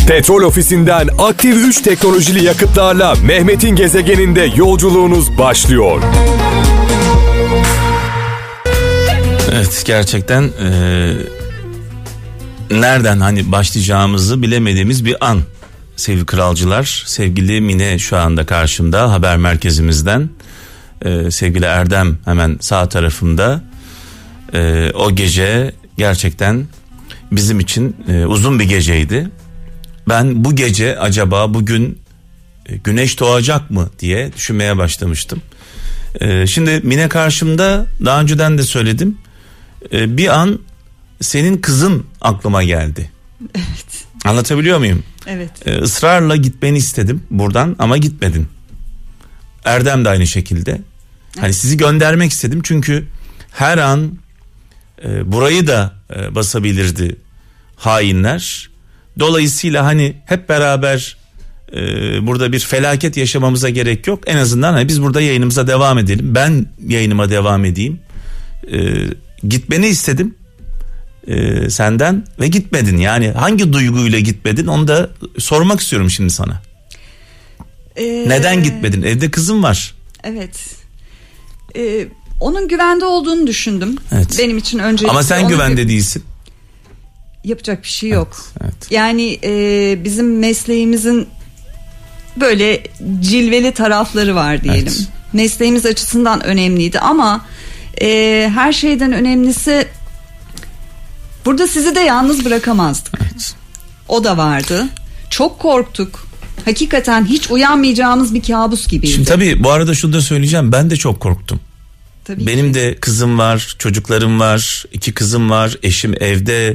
Petrol Ofisi'nden aktif 3 teknolojili yakıtlarla Mehmet'in gezegeninde yolculuğunuz başlıyor. Evet, gerçekten nereden hani başlayacağımızı bilemediğimiz bir an sevgili kralcılar. Sevgili Mine şu anda karşımda haber merkezimizden. Sevgili Erdem hemen sağ tarafımda. O gece gerçekten bizim için uzun bir geceydi. Ben bu gece acaba bugün güneş doğacak mı diye düşünmeye başlamıştım. Şimdi Mine karşımda, daha önceden de söyledim. Bir an senin kızın aklıma geldi. Evet. Anlatabiliyor muyum? Evet. Israrla gitmeni istedim buradan ama gitmedin. Erdem de aynı şekilde. Evet. Hani sizi göndermek istedim çünkü her an burayı da basabilirdi hainler. Dolayısıyla hani hep beraber burada bir felaket yaşamamıza gerek yok. En azından hani biz burada yayınımıza devam edelim. Ben yayınıma devam edeyim. Gitmeni istedim senden ve gitmedin. Yani hangi duyguyla gitmedin onu da sormak istiyorum şimdi sana. Neden gitmedin? Evde kızım var. Evet. Onun güvende olduğunu düşündüm. Evet. Benim için öncelikle. Ama sen güvende değilsin. Yapacak bir şey yok. Evet. Yani bizim mesleğimizin böyle cilveli tarafları var diyelim. Evet. Mesleğimiz açısından önemliydi ama her şeyden önemlisi burada sizi de yalnız bırakamazdık. Evet. O da vardı. Çok korktuk. Hakikaten hiç uyanmayacağımız bir kabus gibiydi. Şimdi tabii bu arada şunu da söyleyeceğim. Ben de çok korktum. Tabii benim ki. de kızım var, çocuklarım var, 2 kızım var, eşim evde.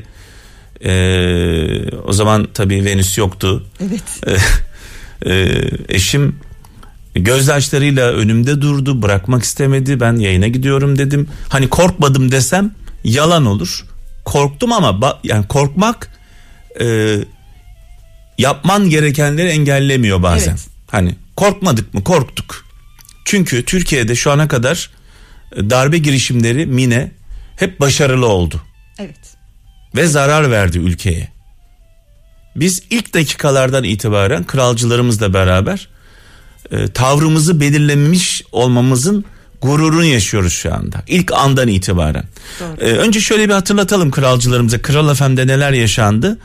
O zaman tabii Venüs yoktu. Evet. Eşim gözyaşlarıyla önümde durdu, bırakmak istemedi. Ben yayına gidiyorum dedim. Hani korkmadım desem yalan olur. Korktum ama yani korkmak yapman gerekenleri engellemiyor bazen. Evet. Hani korkmadık mı? Korktuk. Çünkü Türkiye'de şu ana kadar darbe girişimleri Mine hep başarılı oldu. Evet. Ve zarar verdi ülkeye. Biz ilk dakikalardan itibaren kralcılarımızla beraber tavrımızı belirlemiş olmamızın gururunu yaşıyoruz şu anda. İlk andan itibaren. Önce şöyle bir hatırlatalım kralcılarımıza. Kral FM'de neler yaşandı?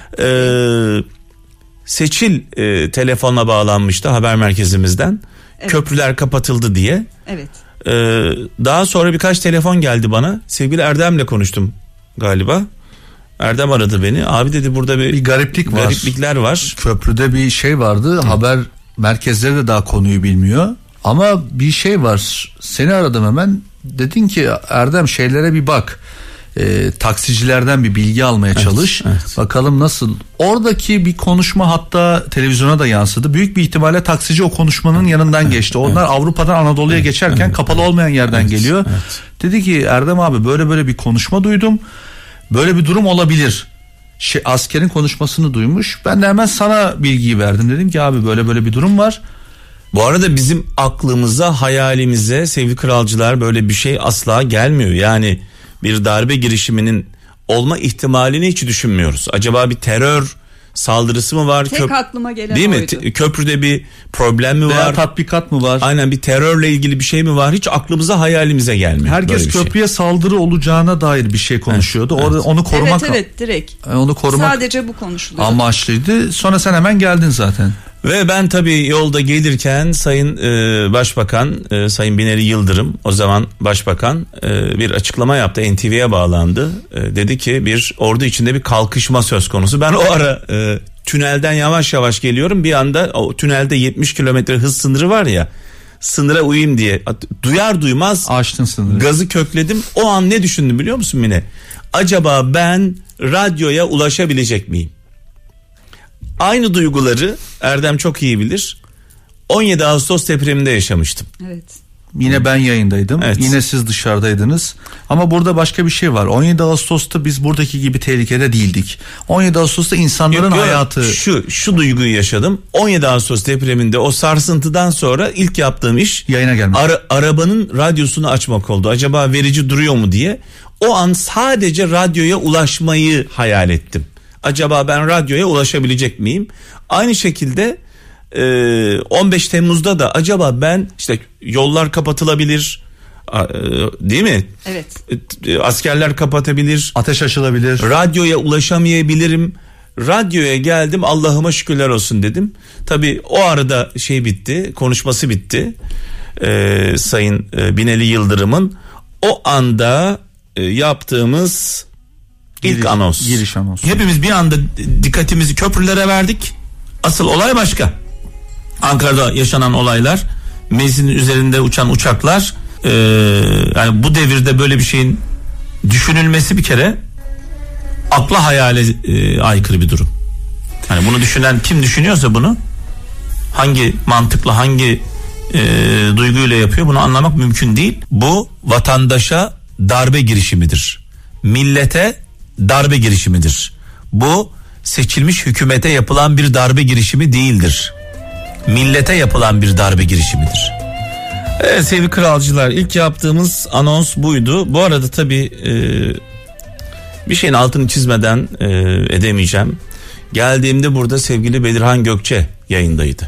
Seçil telefonla bağlanmıştı haber merkezimizden. Evet. Köprüler kapatıldı diye. Evet. Daha sonra birkaç telefon geldi bana. Sevgili Erdem'le konuştum galiba. Erdem aradı beni. Abi dedi burada bir gariplikler var. Köprüde bir şey vardı. Haber merkezleri de daha konuyu bilmiyor. Ama bir şey var. Seni aradım hemen. Dedin ki Erdem şeylere bir bak. Taksicilerden bir bilgi almaya çalış. Evet. Bakalım nasıl. Oradaki bir konuşma hatta televizyona da yansıdı. Büyük bir ihtimalle taksici o konuşmanın yanından geçti. Onlar Avrupa'dan Anadolu'ya geçerken kapalı olmayan yerden geliyor. Evet. Dedi ki Erdem abi böyle bir konuşma duydum. Böyle bir durum olabilir. Askerin konuşmasını duymuş. Ben de hemen sana bilgiyi verdim. Dedim ki abi böyle bir durum var. Bu arada bizim aklımıza, hayalimize sevgili kralcılar böyle bir şey asla gelmiyor. Yani bir darbe girişiminin olma ihtimalini hiç düşünmüyoruz. Acaba bir terör saldırısı mı var? Tek aklıma gelen değil oydu. mi? Köprüde bir problem mi Veya var? tatbikat mı var? Aynen, bir terörle ilgili bir şey mi var? Hiç aklımıza, hayalimize gelmiyor. Herkes köprüye saldırı olacağına dair bir şey konuşuyordu. Evet. Orada onu korumak. Evet direkt. Onu korumak. Sadece bu konuşuluyor. Amaçlıydı. Sonra sen hemen geldin zaten. Ve ben tabii yolda gelirken Sayın Başbakan, Sayın Binali Yıldırım, o zaman Başbakan bir açıklama yaptı. NTV'ye bağlandı. Dedi ki bir ordu içinde bir kalkışma söz konusu. Ben o ara tünelden yavaş yavaş geliyorum. Bir anda o tünelde 70 kilometre hız sınırı var ya. Sınıra uyayım diye duyar duymaz açtın sınırı. Gazı kökledim. O an ne düşündüm biliyor musun Mine? Acaba ben radyoya ulaşabilecek miyim? Aynı duyguları Erdem çok iyi bilir. 17 Ağustos depreminde yaşamıştım. Evet. Yine ben yayındaydım. Evet. Yine siz dışarıdaydınız. Ama burada başka bir şey var. 17 Ağustos'ta biz buradaki gibi tehlikede değildik. 17 Ağustos'ta insanların hayatı. Şu duyguyu yaşadım. 17 Ağustos depreminde o sarsıntıdan sonra ilk yaptığım iş yayına gelmek. Arabanın radyosunu açmak oldu. Acaba verici duruyor mu diye. O an sadece radyoya ulaşmayı hayal ettim. Acaba ben radyoya ulaşabilecek miyim? Aynı şekilde 15 Temmuz'da da acaba ben işte yollar kapatılabilir, değil mi? Evet. Askerler kapatabilir. Ateş açılabilir. Radyoya ulaşamayabilirim. Radyoya geldim, Allah'ıma şükürler olsun dedim. Tabii o arada bitti, konuşması bitti. Sayın Binali Yıldırım'ın o anda yaptığımız ilk anons. Giriş anonsu. Hepimiz bir anda dikkatimizi köprülere verdik. Asıl olay başka. Ankara'da yaşanan olaylar, meclisin üzerinde uçan uçaklar, yani bu devirde böyle bir şeyin düşünülmesi bir kere akla hayale aykırı bir durum. Yani bunu düşünen kim düşünüyorsa bunu, hangi mantıkla, hangi duyguyla yapıyor, bunu anlamak mümkün değil. Bu vatandaşa darbe girişimidir. Millete darbe girişimidir. Bu seçilmiş hükümete yapılan bir darbe girişimi değildir. Millete yapılan bir darbe girişimidir. Evet sevgili kralcılar, ilk yaptığımız anons buydu. Bu arada tabii bir şeyin altını çizmeden edemeyeceğim. Geldiğimde burada sevgili Bedirhan Gökçe yayındaydı.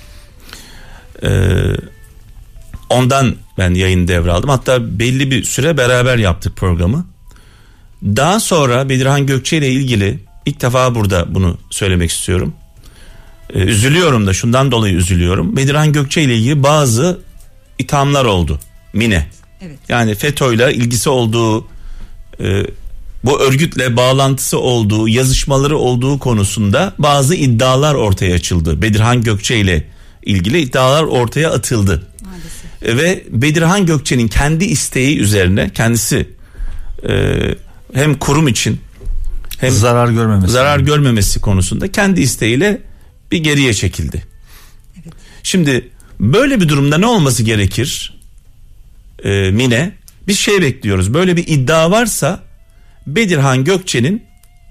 Ondan ben yayını devraldım. Hatta belli bir süre beraber yaptık programı. Daha sonra Bedirhan Gökçe ile ilgili ilk defa burada bunu söylemek istiyorum. Üzülüyorum da, şundan dolayı üzülüyorum. Bedirhan Gökçe ile ilgili bazı ithamlar oldu. Mine. Evet. Yani FETÖ'yle ilgisi olduğu, bu örgütle bağlantısı olduğu, yazışmaları olduğu konusunda bazı iddialar ortaya açıldı. Bedirhan Gökçe ile ilgili iddialar ortaya atıldı. Maalesef. Ve Bedirhan Gökçe'nin kendi isteği üzerine kendisi hem kurum için hem zarar görmemesi konusunda kendi isteğiyle bir geriye çekildi. Evet. Şimdi böyle bir durumda ne olması gerekir? Mine, biz bekliyoruz. Böyle bir iddia varsa Bedirhan Gökçe'nin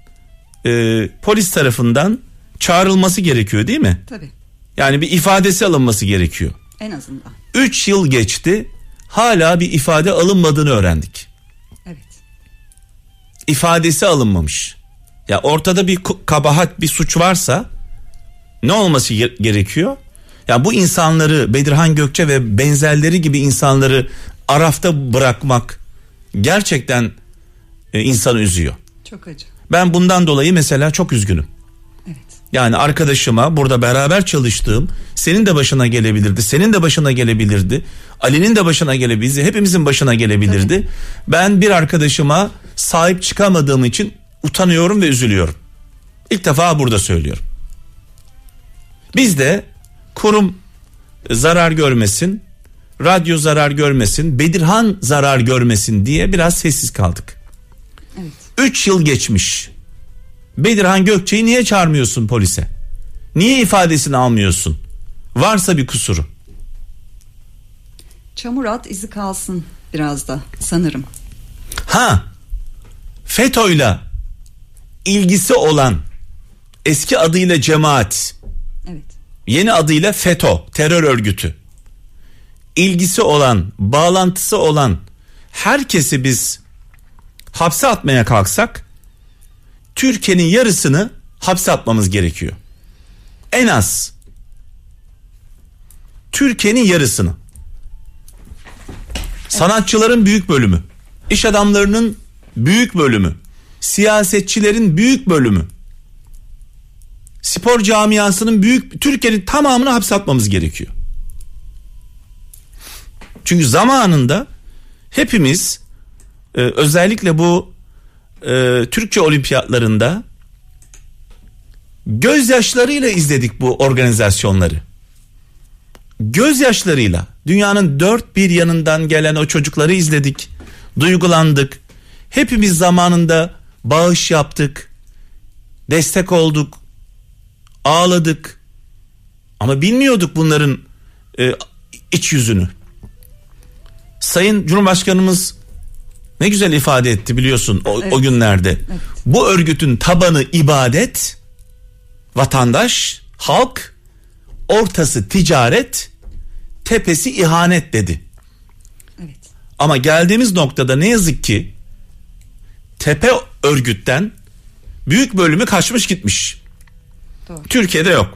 polis tarafından çağrılması gerekiyor, değil mi? Tabii. Yani bir ifadesi alınması gerekiyor. En azından. 3 yıl geçti, hala bir ifade alınmadığını öğrendik. Evet. İfadesi alınmamış. Ya ortada bir kabahat, bir suç varsa ne olması gerekiyor? Ya bu insanları, Bedirhan Gökçe ve benzerleri gibi insanları arafta bırakmak gerçekten insanı üzüyor. Çok acı. Ben bundan dolayı mesela çok üzgünüm. Evet. Yani arkadaşıma, burada beraber çalıştığım, senin de başına gelebilirdi, senin de başına gelebilirdi, Ali'nin de başına gelebilirdi, hepimizin başına gelebilirdi. Tabii. Ben bir arkadaşıma sahip çıkamadığım için utanıyorum ve üzülüyorum. İlk defa burada söylüyorum. Biz de kurum zarar görmesin, radyo zarar görmesin, Bedirhan zarar görmesin diye biraz sessiz kaldık. Evet. 3 yıl geçmiş. Bedirhan Gökçe'yi niye çağırmıyorsun polise? Niye ifadesini almıyorsun? Varsa bir kusuru. Çamur at, izi kalsın biraz da sanırım. FETÖ'yle ilgisi olan, eski adıyla cemaat, evet, yeni adıyla FETÖ terör örgütü, ilgisi olan, bağlantısı olan herkesi biz hapse atmaya kalksak Türkiye'nin yarısını hapse atmamız gerekiyor. En az Türkiye'nin yarısını. Sanatçıların büyük bölümü, iş adamlarının büyük bölümü, siyasetçilerin büyük bölümü, spor camiasının Türkiye'nin tamamını hapse atmamız gerekiyor. Çünkü zamanında hepimiz özellikle bu Türkçe olimpiyatlarında gözyaşlarıyla izledik bu organizasyonları. Gözyaşlarıyla dünyanın dört bir yanından gelen o çocukları izledik, duygulandık. Hepimiz zamanında bağış yaptık, destek olduk, ağladık. Ama bilmiyorduk bunların iç yüzünü. Sayın Cumhurbaşkanımız ne güzel ifade etti biliyorsun o günlerde. Evet. Bu örgütün tabanı ibadet, vatandaş, halk, ortası ticaret, tepesi ihanet dedi. Evet. Ama geldiğimiz noktada ne yazık ki tepe örgütten büyük bölümü kaçmış gitmiş. Doğru. Türkiye'de yok.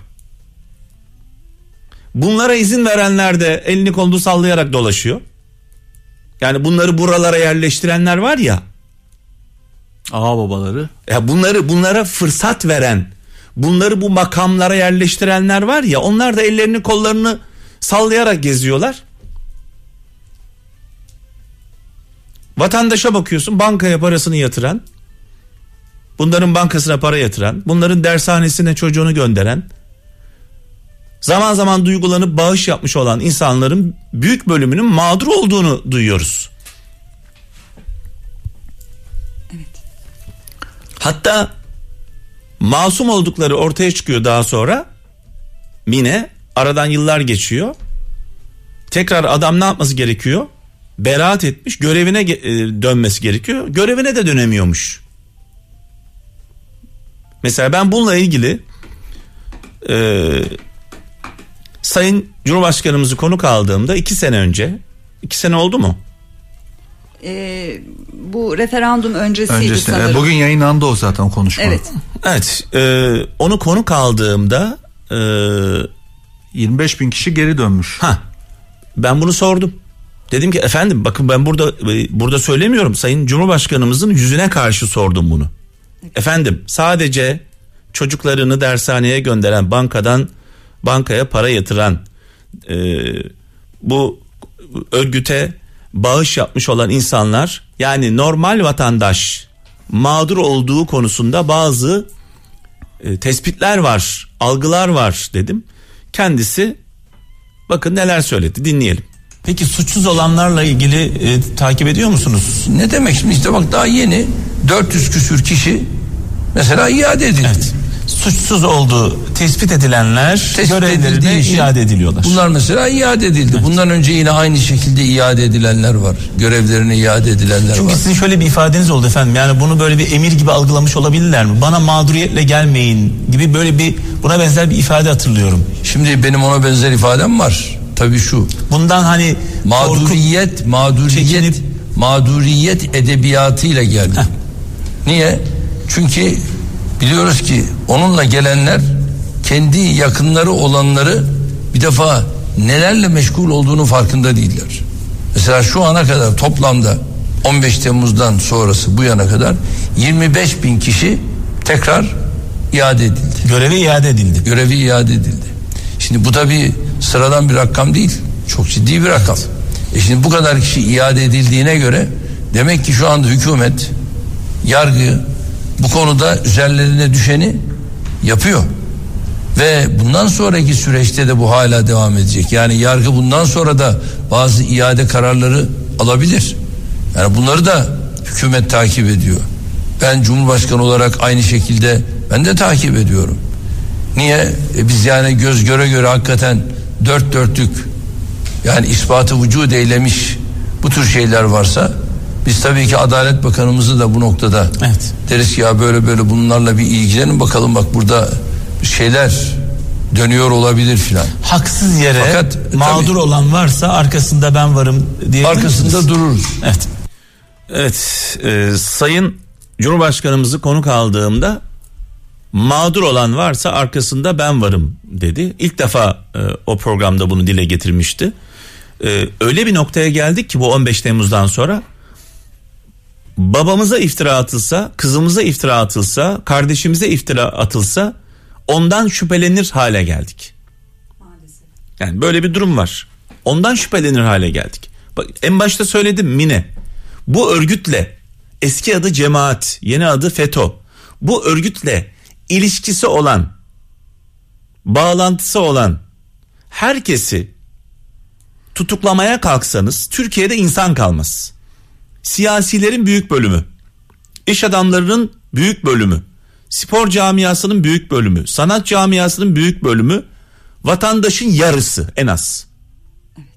Bunlara izin verenler de elini kolunu sallayarak dolaşıyor. Yani bunları buralara yerleştirenler var ya. Ağa babaları. Ya bunlara fırsat veren, bunları bu makamlara yerleştirenler var ya, onlar da ellerini kollarını sallayarak geziyorlar. Vatandaşa bakıyorsun, bankaya parasını yatıran, bunların bankasına para yatıran, bunların dershanesine çocuğunu gönderen, zaman zaman duygulanıp bağış yapmış olan insanların büyük bölümünün mağdur olduğunu duyuyoruz. Evet. Hatta masum oldukları ortaya çıkıyor daha sonra. Mine, aradan yıllar geçiyor. Tekrar adam ne yapması gerekiyor? Beraat etmiş, görevine dönmesi gerekiyor. Görevine de dönemiyormuş. Mesela ben bununla ilgili Sayın Cumhurbaşkanımızı konuk aldığımda 2 sene önce, 2 sene oldu mu? Bu referandum öncesiydi sanırım. Bugün yayınlandı o zaten konuşma. Evet. Evet, onu konuk aldığımda 25.000 kişi geri dönmüş. Ben bunu sordum. Dedim ki efendim bakın, ben burada söylemiyorum. Sayın Cumhurbaşkanımızın yüzüne karşı sordum bunu. Evet. Efendim, sadece çocuklarını dershaneye gönderen, bankadan bankaya para yatıran, bu örgüte bağış yapmış olan insanlar, yani normal vatandaş mağdur olduğu konusunda bazı tespitler var, algılar var dedim. Kendisi bakın neler söyledi, dinleyelim. Peki suçsuz olanlarla ilgili takip ediyor musunuz? Ne demek şimdi, işte bak daha yeni 400 küsür kişi mesela iade edildi. Evet. Suçsuz olduğu tespit edilenler görevlerine iade ediliyorlar. Bunlar mesela iade edildi. Evet. Bundan önce yine aynı şekilde iade edilenler var. Görevlerine iade edilenler var. Çünkü sizin şöyle bir ifadeniz oldu efendim. Yani bunu böyle bir emir gibi algılamış olabilirler mi? Bana mağduriyetle gelmeyin gibi böyle bir, buna benzer bir ifade hatırlıyorum. Şimdi benim ona benzer ifadem var. Tabii şu. Bundan hani mağduriyet edebiyatıyla geldi. Niye? Çünkü biliyoruz ki onunla gelenler kendi yakınları olanları bir defa nelerle meşgul olduğunu farkında değiller. Mesela şu ana kadar toplamda 15 Temmuz'dan sonrası bu yana kadar 25.000 kişi tekrar iade edildi. Görevi iade edildi. Şimdi bu tabii sıradan bir rakam değil. Çok ciddi bir rakam. Şimdi bu kadar kişi iade edildiğine göre demek ki şu anda hükümet, yargı bu konuda üzerlerine düşeni yapıyor. Ve bundan sonraki süreçte de bu hala devam edecek. Yani yargı bundan sonra da bazı iade kararları alabilir. Yani bunları da hükümet takip ediyor. Ben Cumhurbaşkanı olarak aynı şekilde ben de takip ediyorum. Niye? Biz yani göz göre göre hakikaten dört dörtlük, yani ispatı vücud eylemiş bu tür şeyler varsa biz tabii ki Adalet Bakanımızı da bu noktada deriz ki ya böyle bunlarla bir ilgilenin bakalım, bak burada şeyler dönüyor olabilir filan. Haksız yere fakat, mağdur tabii, olan varsa arkasında ben varım diye arkasında dururuz. Evet. Sayın Cumhurbaşkanımızı konuk aldığımda mağdur olan varsa arkasında ben varım dedi. İlk defa o programda bunu dile getirmişti. Öyle bir noktaya geldik ki bu 15 Temmuz'dan sonra babamıza iftira atılsa, kızımıza iftira atılsa, kardeşimize iftira atılsa ondan şüphelenir hale geldik. Maalesef. Yani böyle bir durum var. Ondan şüphelenir hale geldik. Bak, en başta söyledim, Mine. Bu örgütle, eski adı Cemaat, yeni adı FETÖ, bu örgütle ilişkisi olan, bağlantısı olan herkesi tutuklamaya kalksanız Türkiye'de insan kalmaz. Siyasilerin büyük bölümü, iş adamlarının büyük bölümü, spor camiasının büyük bölümü, sanat camiasının büyük bölümü, vatandaşın yarısı en az. Evet.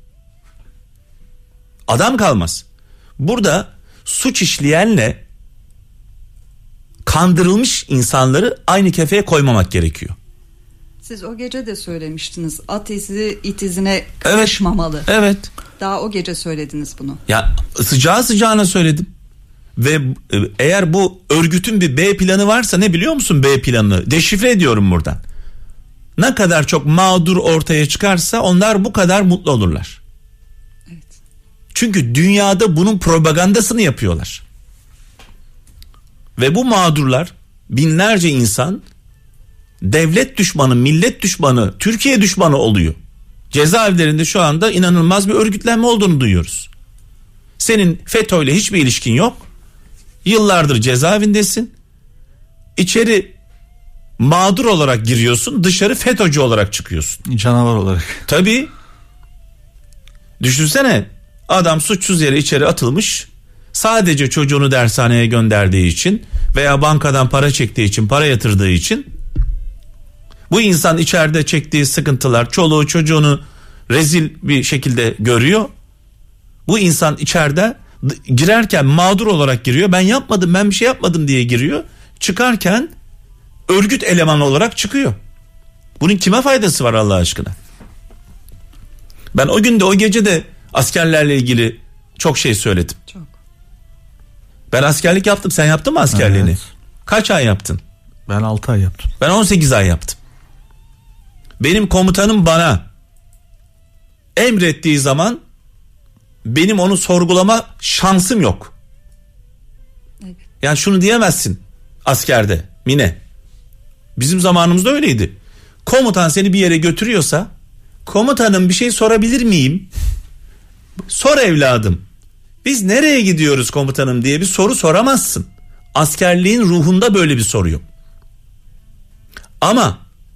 Adam kalmaz. Burada suç işleyenle kandırılmış insanları aynı kefeye koymamak gerekiyor. Siz o gece de söylemiştiniz. At izi it izine karışmamalı. Evet. Daha o gece söylediniz bunu. Ya sıcağı sıcağına söyledim. Ve eğer bu örgütün bir B planı varsa, ne biliyor musun B planını? Deşifre ediyorum buradan. Ne kadar çok mağdur ortaya çıkarsa onlar bu kadar mutlu olurlar. Evet. Çünkü dünyada bunun propagandasını yapıyorlar. Ve bu mağdurlar, binlerce insan devlet düşmanı, millet düşmanı, Türkiye düşmanı oluyor. Cezaevlerinde şu anda inanılmaz bir örgütlenme olduğunu duyuyoruz. Senin FETÖ'yle hiçbir ilişkin yok. Yıllardır cezaevindesin. İçeri mağdur olarak giriyorsun, dışarı FETÖ'cü olarak çıkıyorsun. Canavar olarak. Tabii. Düşünsene, adam suçsuz yere içeri atılmış. Sadece çocuğunu dershaneye gönderdiği için veya bankadan para çektiği için, para yatırdığı için bu insan içeride çektiği sıkıntılar, çoluğu çocuğunu rezil bir şekilde görüyor. Bu insan içeride girerken mağdur olarak giriyor. Ben yapmadım, ben bir şey yapmadım diye giriyor. Çıkarken örgüt elemanı olarak çıkıyor. Bunun kime faydası var Allah aşkına? Ben o gün de, o gece de askerlerle ilgili çok şey söyledim. Çok. Ben askerlik yaptım. Sen yaptın mı askerliğini? Evet. Kaç ay yaptın? Ben 6 ay yaptım. Ben 18 ay yaptım. Benim komutanım bana emrettiği zaman benim onu sorgulama şansım yok. Evet. Yani şunu diyemezsin askerde, Mine. Bizim zamanımızda öyleydi. Komutan seni bir yere götürüyorsa, komutanım bir şey sorabilir miyim? Sor evladım. Biz nereye gidiyoruz komutanım diye bir soru soramazsın. Askerliğin ruhunda böyle bir soru yok. Ama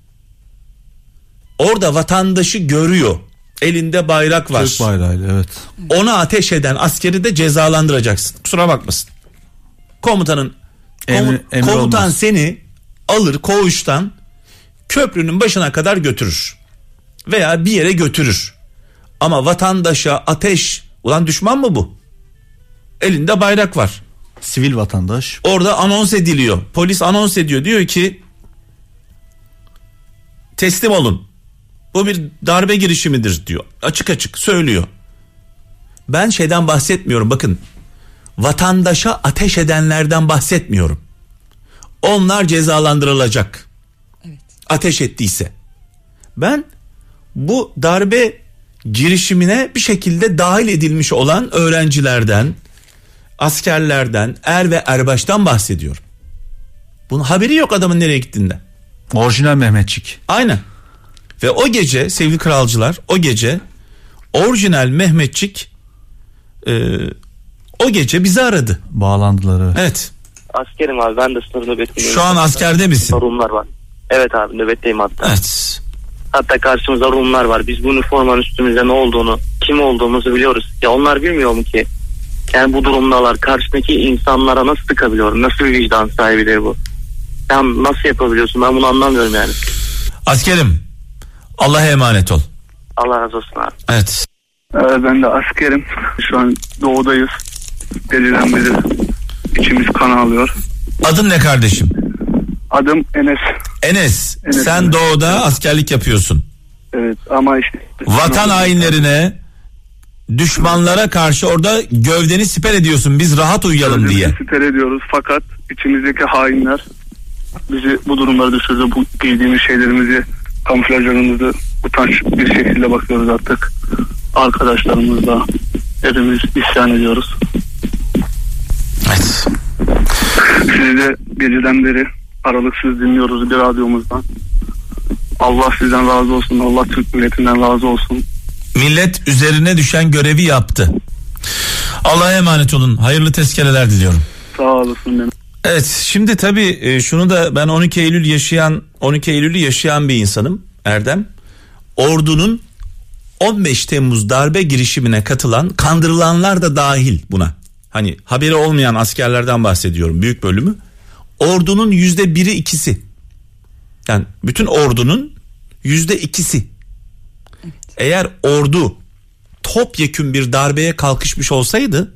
orada vatandaşı görüyor. Elinde bayrak var. Türk bayrağıyla, evet. Ona ateş eden askeri de cezalandıracaksın. Kusura bakmasın. Komutanın Emri komutan olmaz. seni alır koğuştan köprünün başına kadar götürür. Veya bir yere götürür. Ama vatandaşa ateş, ulan düşman mı bu? Elinde bayrak var. Sivil vatandaş. Orada anons ediliyor. Polis anons ediyor. Diyor ki teslim olun. Bu bir darbe girişimidir diyor. Açık açık söylüyor. Ben şeyden bahsetmiyorum, bakın. Vatandaşa ateş edenlerden bahsetmiyorum. Onlar cezalandırılacak. Evet. Ateş ettiyse. Ben bu darbe girişimine bir şekilde dahil edilmiş olan öğrencilerden, askerlerden, er ve erbaştan bahsediyorum. Bunun haberi yok adamın nereye gittiğinden. Orijinal Mehmetçik. Aynen. Ve o gece sevgili kralcılar, o gece orijinal Mehmetçik o gece bizi aradı. Bağlandılar, evet. Evet. Askerim abi, ben de sınır nöbetindeyim. Şu an askerde misin? Rumlar var. Evet abi, nöbetteyim hatta. Evet. Hatta karşımızda Rumlar var. Biz bu üniformanın üstümüzde ne olduğunu, kim olduğumuzu biliyoruz. Ya onlar bilmiyor mu ki? Yani bu durumdalar. Karşıdaki insanlara nasıl tıkabiliyor? Nasıl bir vicdan sahibidir bu? Sen nasıl yapabiliyorsun? Ben bunu anlamıyorum yani. Askerim, Allah'a emanet ol. Allah razı olsun abi. Evet. Ben de askerim. Şu an doğudayız. Geceden beri içimiz kan ağlıyor. Adın ne kardeşim? Adım Enes. Enes. Enes, Sen evet. doğuda askerlik yapıyorsun. Evet ama işte... Vatan hainlerine, düşmanlara karşı orada gövdeni siper ediyorsun. Biz rahat uyuyalım diye. Siper ediyoruz fakat içimizdeki hainler bizi bu durumlara düşürdü. Bu giydiğimiz şeylerimizi, kamuflajlarımızı utanç bir şekilde bakıyoruz artık. Arkadaşlarımızla hepimiz isyan ediyoruz. Evet. Sizi de geceden beri aralıksız dinliyoruz bir radyomuzdan. Allah sizden razı olsun. Allah Türk milletinden razı olsun. Millet üzerine düşen görevi yaptı. Allah'a emanet olun. Hayırlı tezkereler diliyorum. Sağ olasın benim. Evet, şimdi tabii şunu da ben 12 Eylül'ü yaşayan bir insanım Erdem. Ordunun 15 Temmuz darbe girişimine katılan, kandırılanlar da dahil buna. Hani haberi olmayan askerlerden bahsediyorum, büyük bölümü. Ordunun %1'i 2'si. Yani bütün ordunun %2'si. Evet. Eğer ordu topyekün bir darbeye kalkışmış olsaydı,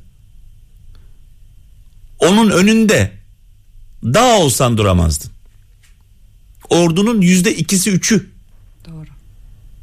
onun önünde dağ olsan duramazdın. Ordunun %2'si 3'ü. Doğru.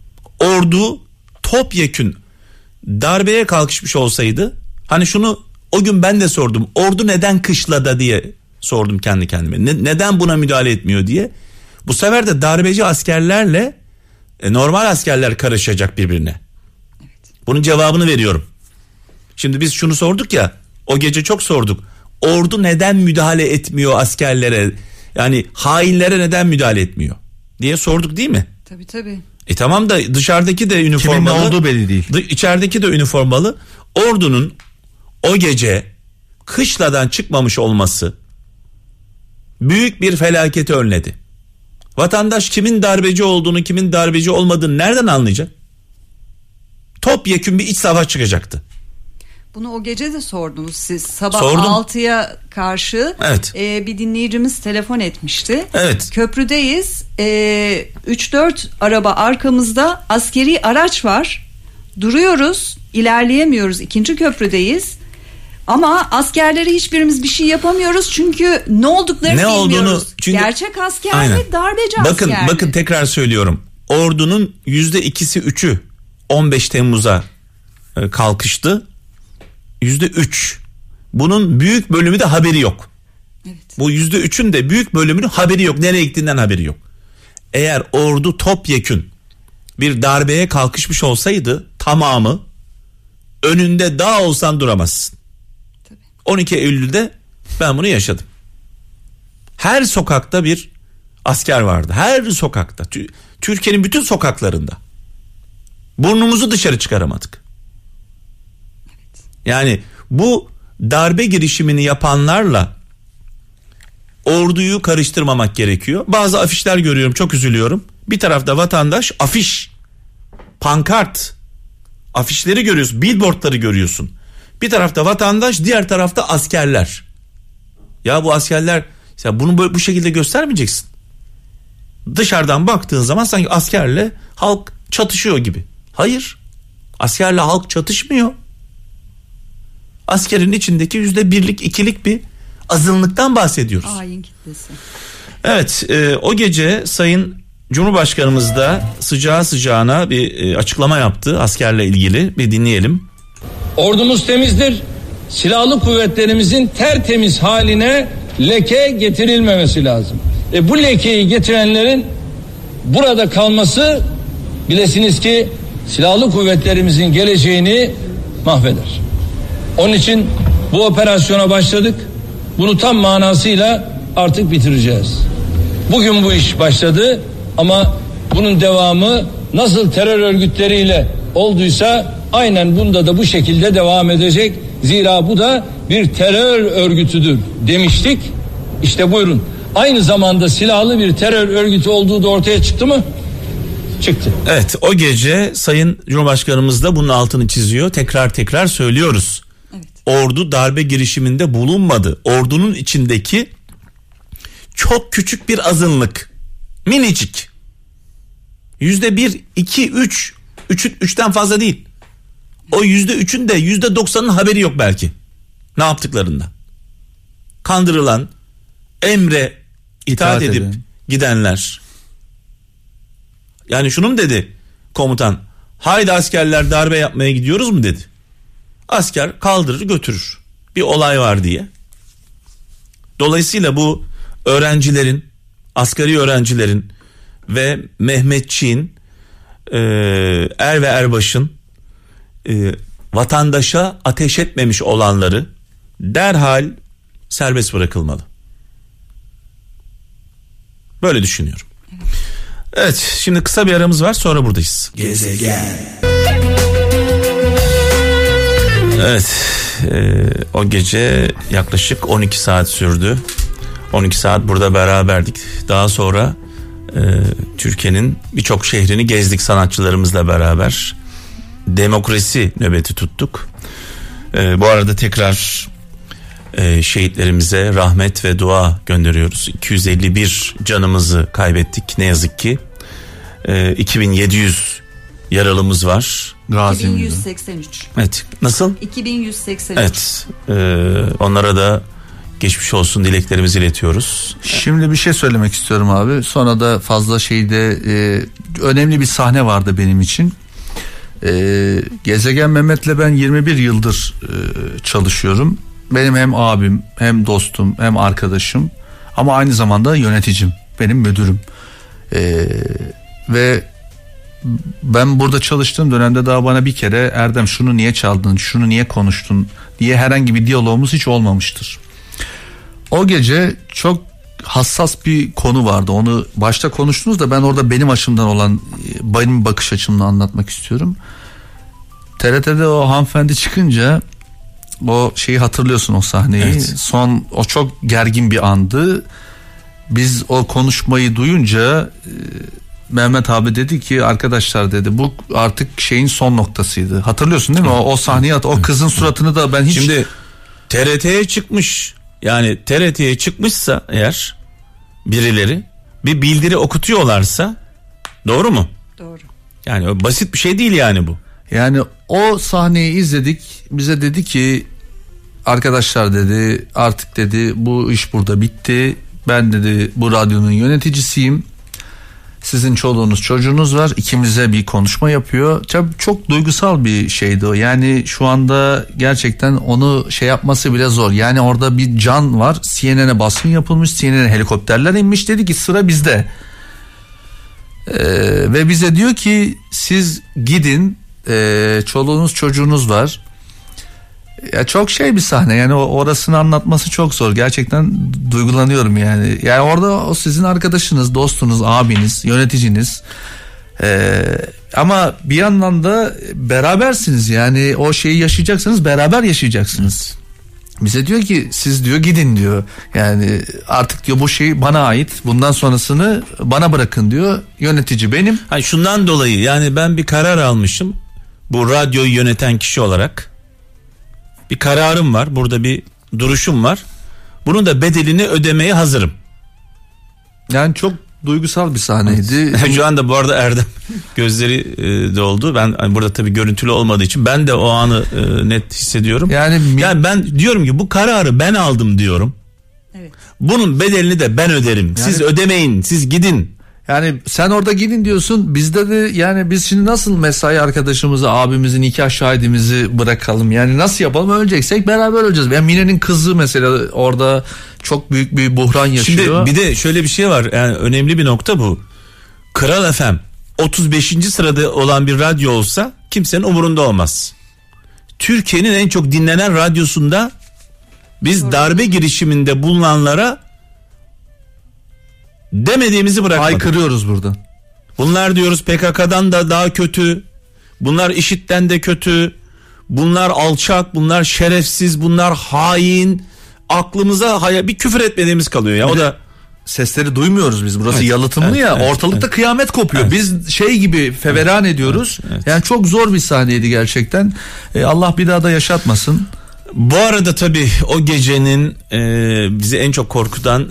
Ordu topyekün darbeye kalkışmış olsaydı, hani şunu O gün ben de sordum. Ordu neden kışlada diye sordum kendi kendime. Neden buna müdahale etmiyor diye. Bu sefer de darbeci askerlerle normal askerler karışacak birbirine. Bunun cevabını veriyorum. Şimdi biz şunu sorduk ya, o gece çok sorduk. Ordu neden müdahale etmiyor askerlere? Yani hainlere neden müdahale etmiyor diye sorduk değil mi? Tabii. Tamam da dışarıdaki de üniformalı. Kimin ne olduğu belli değil. İçerideki de üniformalı. Ordunun o gece kışladan çıkmamış olması büyük bir felaketi önledi. Vatandaş kimin darbeci olduğunu, kimin darbeci olmadığını nereden anlayacak? Topyekün bir iç savaş çıkacaktı. Bunu o gece de sordunuz siz. Sabah Sordum. 6'ya karşı Evet. Bir dinleyicimiz telefon etmişti. Evet. Köprüdeyiz. 3-4 araba arkamızda, askeri araç var. Duruyoruz, ilerleyemiyoruz. 2. köprüdeyiz. Ama askerlere hiçbirimiz bir şey yapamıyoruz çünkü ne olduklarını bilmiyoruz. Çünkü, gerçek asker aynen. ve darbeci asker. Bakın tekrar söylüyorum. Ordunun %2'si 3'ü 15 Temmuz'a kalkıştı. %3. Bunun büyük bölümü de haberi yok. Evet. Bu %3'ün de büyük bölümünün haberi yok. Nereye gittiğinden haberi yok. Eğer ordu topyekün bir darbeye kalkışmış olsaydı tamamı, önünde dağ olsan duramazsın. Tabii. 12 Eylül'de ben bunu yaşadım. Her sokakta bir asker vardı. Her sokakta. Türkiye'nin bütün sokaklarında. Burnumuzu dışarı çıkaramadık. Yani bu darbe girişimini yapanlarla orduyu karıştırmamak gerekiyor. Bazı afişler görüyorum, çok üzülüyorum. Bir tarafta vatandaş afiş, pankart, afişleri görüyorsun, billboardları görüyorsun. Bir tarafta vatandaş, diğer tarafta askerler. Ya bu askerler, sen bunu böyle bu şekilde göstermeyeceksin. Dışarıdan baktığın zaman sanki askerle halk çatışıyor gibi. Hayır, askerle halk çatışmıyor. Askerin içindeki %1'lik 2'lik bir azınlıktan bahsediyoruz. Hain kitlesi. Evet, o gece Sayın Cumhurbaşkanımız da sıcağı sıcağına bir açıklama yaptı askerle ilgili. Bir dinleyelim. Ordumuz temizdir. Silahlı kuvvetlerimizin tertemiz haline leke getirilmemesi lazım. Bu lekeyi getirenlerin burada kalması, bilesiniz ki silahlı kuvvetlerimizin geleceğini mahveder. Onun için bu operasyona başladık. Bunu tam manasıyla artık bitireceğiz. Bugün bu iş başladı ama bunun devamı nasıl terör örgütleriyle olduysa aynen bunda da bu şekilde devam edecek. Zira bu da bir terör örgütüdür demiştik. İşte buyurun. Aynı zamanda silahlı bir terör örgütü olduğu da ortaya çıktı mı? Çıktı. Evet, o gece Sayın Cumhurbaşkanımız da bunun altını çiziyor. Tekrar söylüyoruz. Evet. Ordu darbe girişiminde bulunmadı. Ordunun içindeki çok küçük bir azınlık, minicik, %1, 2, 3, 3'ten fazla değil. O %3'ün de %90'ın haberi yok belki ne yaptıklarından. Kandırılan, emre itaat edip gidenler. Yani şunu mu dedi komutan? Haydi askerler, darbe yapmaya gidiyoruz mu dedi. Asker kaldırır götürür. Bir olay var diye. Dolayısıyla bu öğrencilerin, asgari öğrencilerin ve Mehmetçiğin, er ve erbaşın vatandaşa ateş etmemiş olanları derhal serbest bırakılmalı. Böyle düşünüyorum. Evet, şimdi kısa bir aramız var, sonra buradayız. Gezegen. Evet, o gece yaklaşık 12 saat sürdü. 12 saat burada beraberdik. Daha sonra Türkiye'nin birçok şehrini gezdik sanatçılarımızla beraber. Demokrasi nöbeti tuttuk. Bu arada tekrar şehitlerimize rahmet ve dua gönderiyoruz. 251 canımızı kaybettik ne yazık ki. 2700 yaralımız var. 2183. Evet. Nasıl? 2183. Evet. Onlara da geçmiş olsun dileklerimizi iletiyoruz. Şimdi bir şey söylemek istiyorum abi. Sonra da fazla önemli bir sahne vardı benim için. Gezegen Mehmet'le ben 21 yıldır çalışıyorum. Benim hem abim, hem dostum, hem arkadaşım, ama aynı zamanda yöneticim, benim müdürüm. Ve ben burada çalıştığım dönemde daha bana bir kere Erdem şunu niye çaldın, şunu niye konuştun diye herhangi bir diyalogumuz hiç olmamıştır. O gece çok hassas bir konu vardı. Onu başta konuştunuz da ben orada benim açımdan olan, benim bakış açımla anlatmak istiyorum. TRT'de o hanımefendi çıkınca, o şeyi hatırlıyorsun, o sahneyi. Evet. Son, o çok gergin bir andı. Biz o konuşmayı duyunca Mehmet abi dedi ki, arkadaşlar dedi, bu artık şeyin son noktasıydı. Hatırlıyorsun değil mi? O sahneyi, o kızın suratını da ben hiç... Şimdi TRT'ye çıkmış, yani TRT'ye çıkmışsa eğer birileri bir bildiri okutuyorlarsa, doğru mu? Doğru. Yani basit bir şey değil yani bu. Yani o sahneyi izledik, bize dedi ki, arkadaşlar dedi, artık dedi bu iş burada bitti. Ben dedi bu radyonun yöneticisiyim. Sizin çoluğunuz çocuğunuz var. İkimize bir konuşma yapıyor. Çok duygusal bir şeydi o. Yani şu anda gerçekten onu şey yapması bile zor. Yani orada bir can var. CNN'e baskın yapılmış. CNN'e helikopterler inmiş. Dedi ki sıra bizde. Ve bize diyor ki siz gidin. Çoluğunuz çocuğunuz var. Ya çok şey bir sahne, yani orasını anlatması çok zor. Gerçekten duygulanıyorum yani. Yani orada o sizin arkadaşınız, dostunuz, abiniz, yöneticiniz. Ama bir yandan da berabersiniz, yani o şeyi yaşayacaksanız beraber yaşayacaksınız. Bize diyor ki siz diyor gidin diyor. Yani artık diyor bu şey bana ait. Bundan sonrasını bana bırakın diyor. Yönetici benim. Şundan dolayı yani ben bir karar almışım. Bu radyoyu yöneten kişi olarak bir kararım var. Burada bir duruşum var. Bunun da bedelini ödemeye hazırım. Yani çok duygusal bir sahneydi. Şu anda bu arada Erdem gözleri doldu. Ben burada tabii görüntülü olmadığı için ben de o anı net hissediyorum. Yani ben diyorum ki bu kararı ben aldım diyorum. Evet. Bunun bedelini de ben öderim. Yani, siz ödemeyin, siz gidin. Yani sen orada gidin diyorsun. Bizde de yani biz şimdi nasıl mesai arkadaşımızı, abimizi, nikah şahidimizi bırakalım? Yani nasıl yapalım? Öleceksek beraber öleceğiz. Yani Mine'nin kızı mesela orada çok büyük bir buhran yaşıyor. Şimdi bir de şöyle bir şey var. Yani önemli bir nokta bu. Kral FM 35. sırada olan bir radyo olsa kimsenin umurunda olmaz. Türkiye'nin en çok dinlenen radyosunda biz darbe girişiminde bulunanlara demediğimizi bırakmadık. Haykırıyoruz burada. Bunlar diyoruz PKK'dan da daha kötü. Bunlar IŞİD'den de kötü. Bunlar alçak, bunlar şerefsiz, bunlar hain. Aklımıza bir küfür etmediğimiz kalıyor ya. O da sesleri duymuyoruz biz. Burası yalıtımlı ya. Ortalıkta kıyamet kopuyor. Biz şey gibi feveran ediyoruz. Yani çok zor bir sahneydi gerçekten. Allah bir daha da yaşatmasın. Bu arada tabii o gecenin bizi en çok korkutan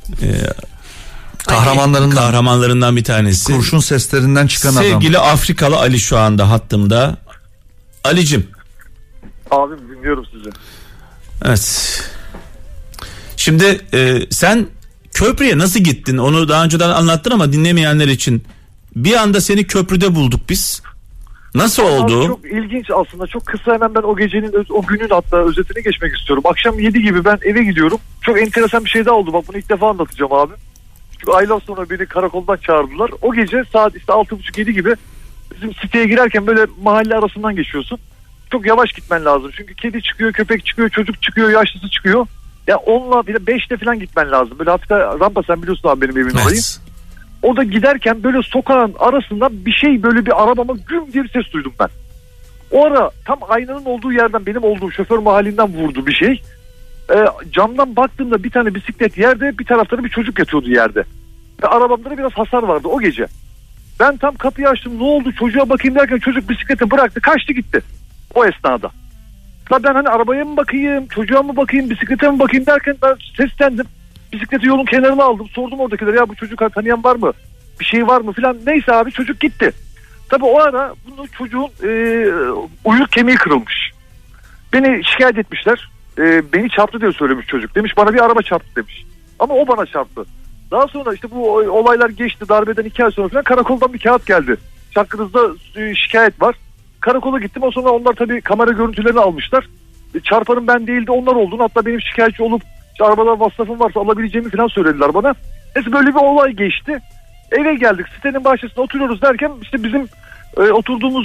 kahramanlarından bir tanesi. Kurşun seslerinden çıkan adam. Sevgili Afrikalı Ali şu anda hattımda. Ali'cim. Abim dinliyorum sizi. Evet. Şimdi sen köprüye nasıl gittin? Onu daha önceden anlattın ama dinlemeyenler için. Bir anda seni köprüde bulduk biz. Nasıl oldu? Çok ilginç aslında. Çok kısa hemen ben o gecenin, o günün hatta özetine geçmek istiyorum. Akşam 7 gibi ben eve gidiyorum. Çok enteresan bir şey daha oldu. Bak bunu ilk defa anlatacağım abi. Çünkü aylar sonra beni karakoldan çağırdılar. O gece saat işte 6.30-7 gibi bizim siteye girerken böyle mahalle arasından geçiyorsun. Çok yavaş gitmen lazım. Çünkü kedi çıkıyor, köpek çıkıyor, çocuk çıkıyor, yaşlısı çıkıyor. Ya onunla bile 5'te falan gitmen lazım. Böyle hafifte rampa, sen biliyorsun abi benim evim orayı. O da giderken böyle sokağın arasından bir şey, böyle bir arabama güm diye bir ses duydum ben. O ara tam aynanın olduğu yerden, benim olduğum şoför mahallinden vurdu bir şey. Camdan baktığımda bir tane bisiklet yerde, bir tarafta da bir çocuk yatıyordu yerde. Ve arabamda da biraz hasar vardı o gece. Ben tam kapıyı açtım, ne oldu çocuğa bakayım derken çocuk bisikleti bıraktı, kaçtı gitti o esnada. Ben hani arabaya mı bakayım, çocuğa mı bakayım, bisiklete mi bakayım derken ben seslendim. Bisikleti yolun kenarına aldım, sordum oradakilere, ya bu çocuğu tanıyan var mı, bir şey var mı filan. Neyse abi çocuk gitti. Tabi o ara bunu çocuğun uyluk kemiği kırılmış. Beni şikayet etmişler. Beni çarptı diye söylemiş çocuk. Demiş bana bir araba çarptı demiş. Ama o bana çarptı. Daha sonra işte bu olaylar geçti. Darbeden 2 ay sonra falan karakoldan bir kağıt geldi. Hakkınızda şikayet var. Karakola gittim. O sonra onlar tabii kamera görüntülerini almışlar. Çarpanın ben değildi, onlar olduğunu, hatta benim şikayetçi olup işte arabada masrafım varsa alabileceğimi falan söylediler bana. Neyse böyle bir olay geçti. Eve geldik, sitenin bahçesinde oturuyoruz derken işte bizim oturduğumuz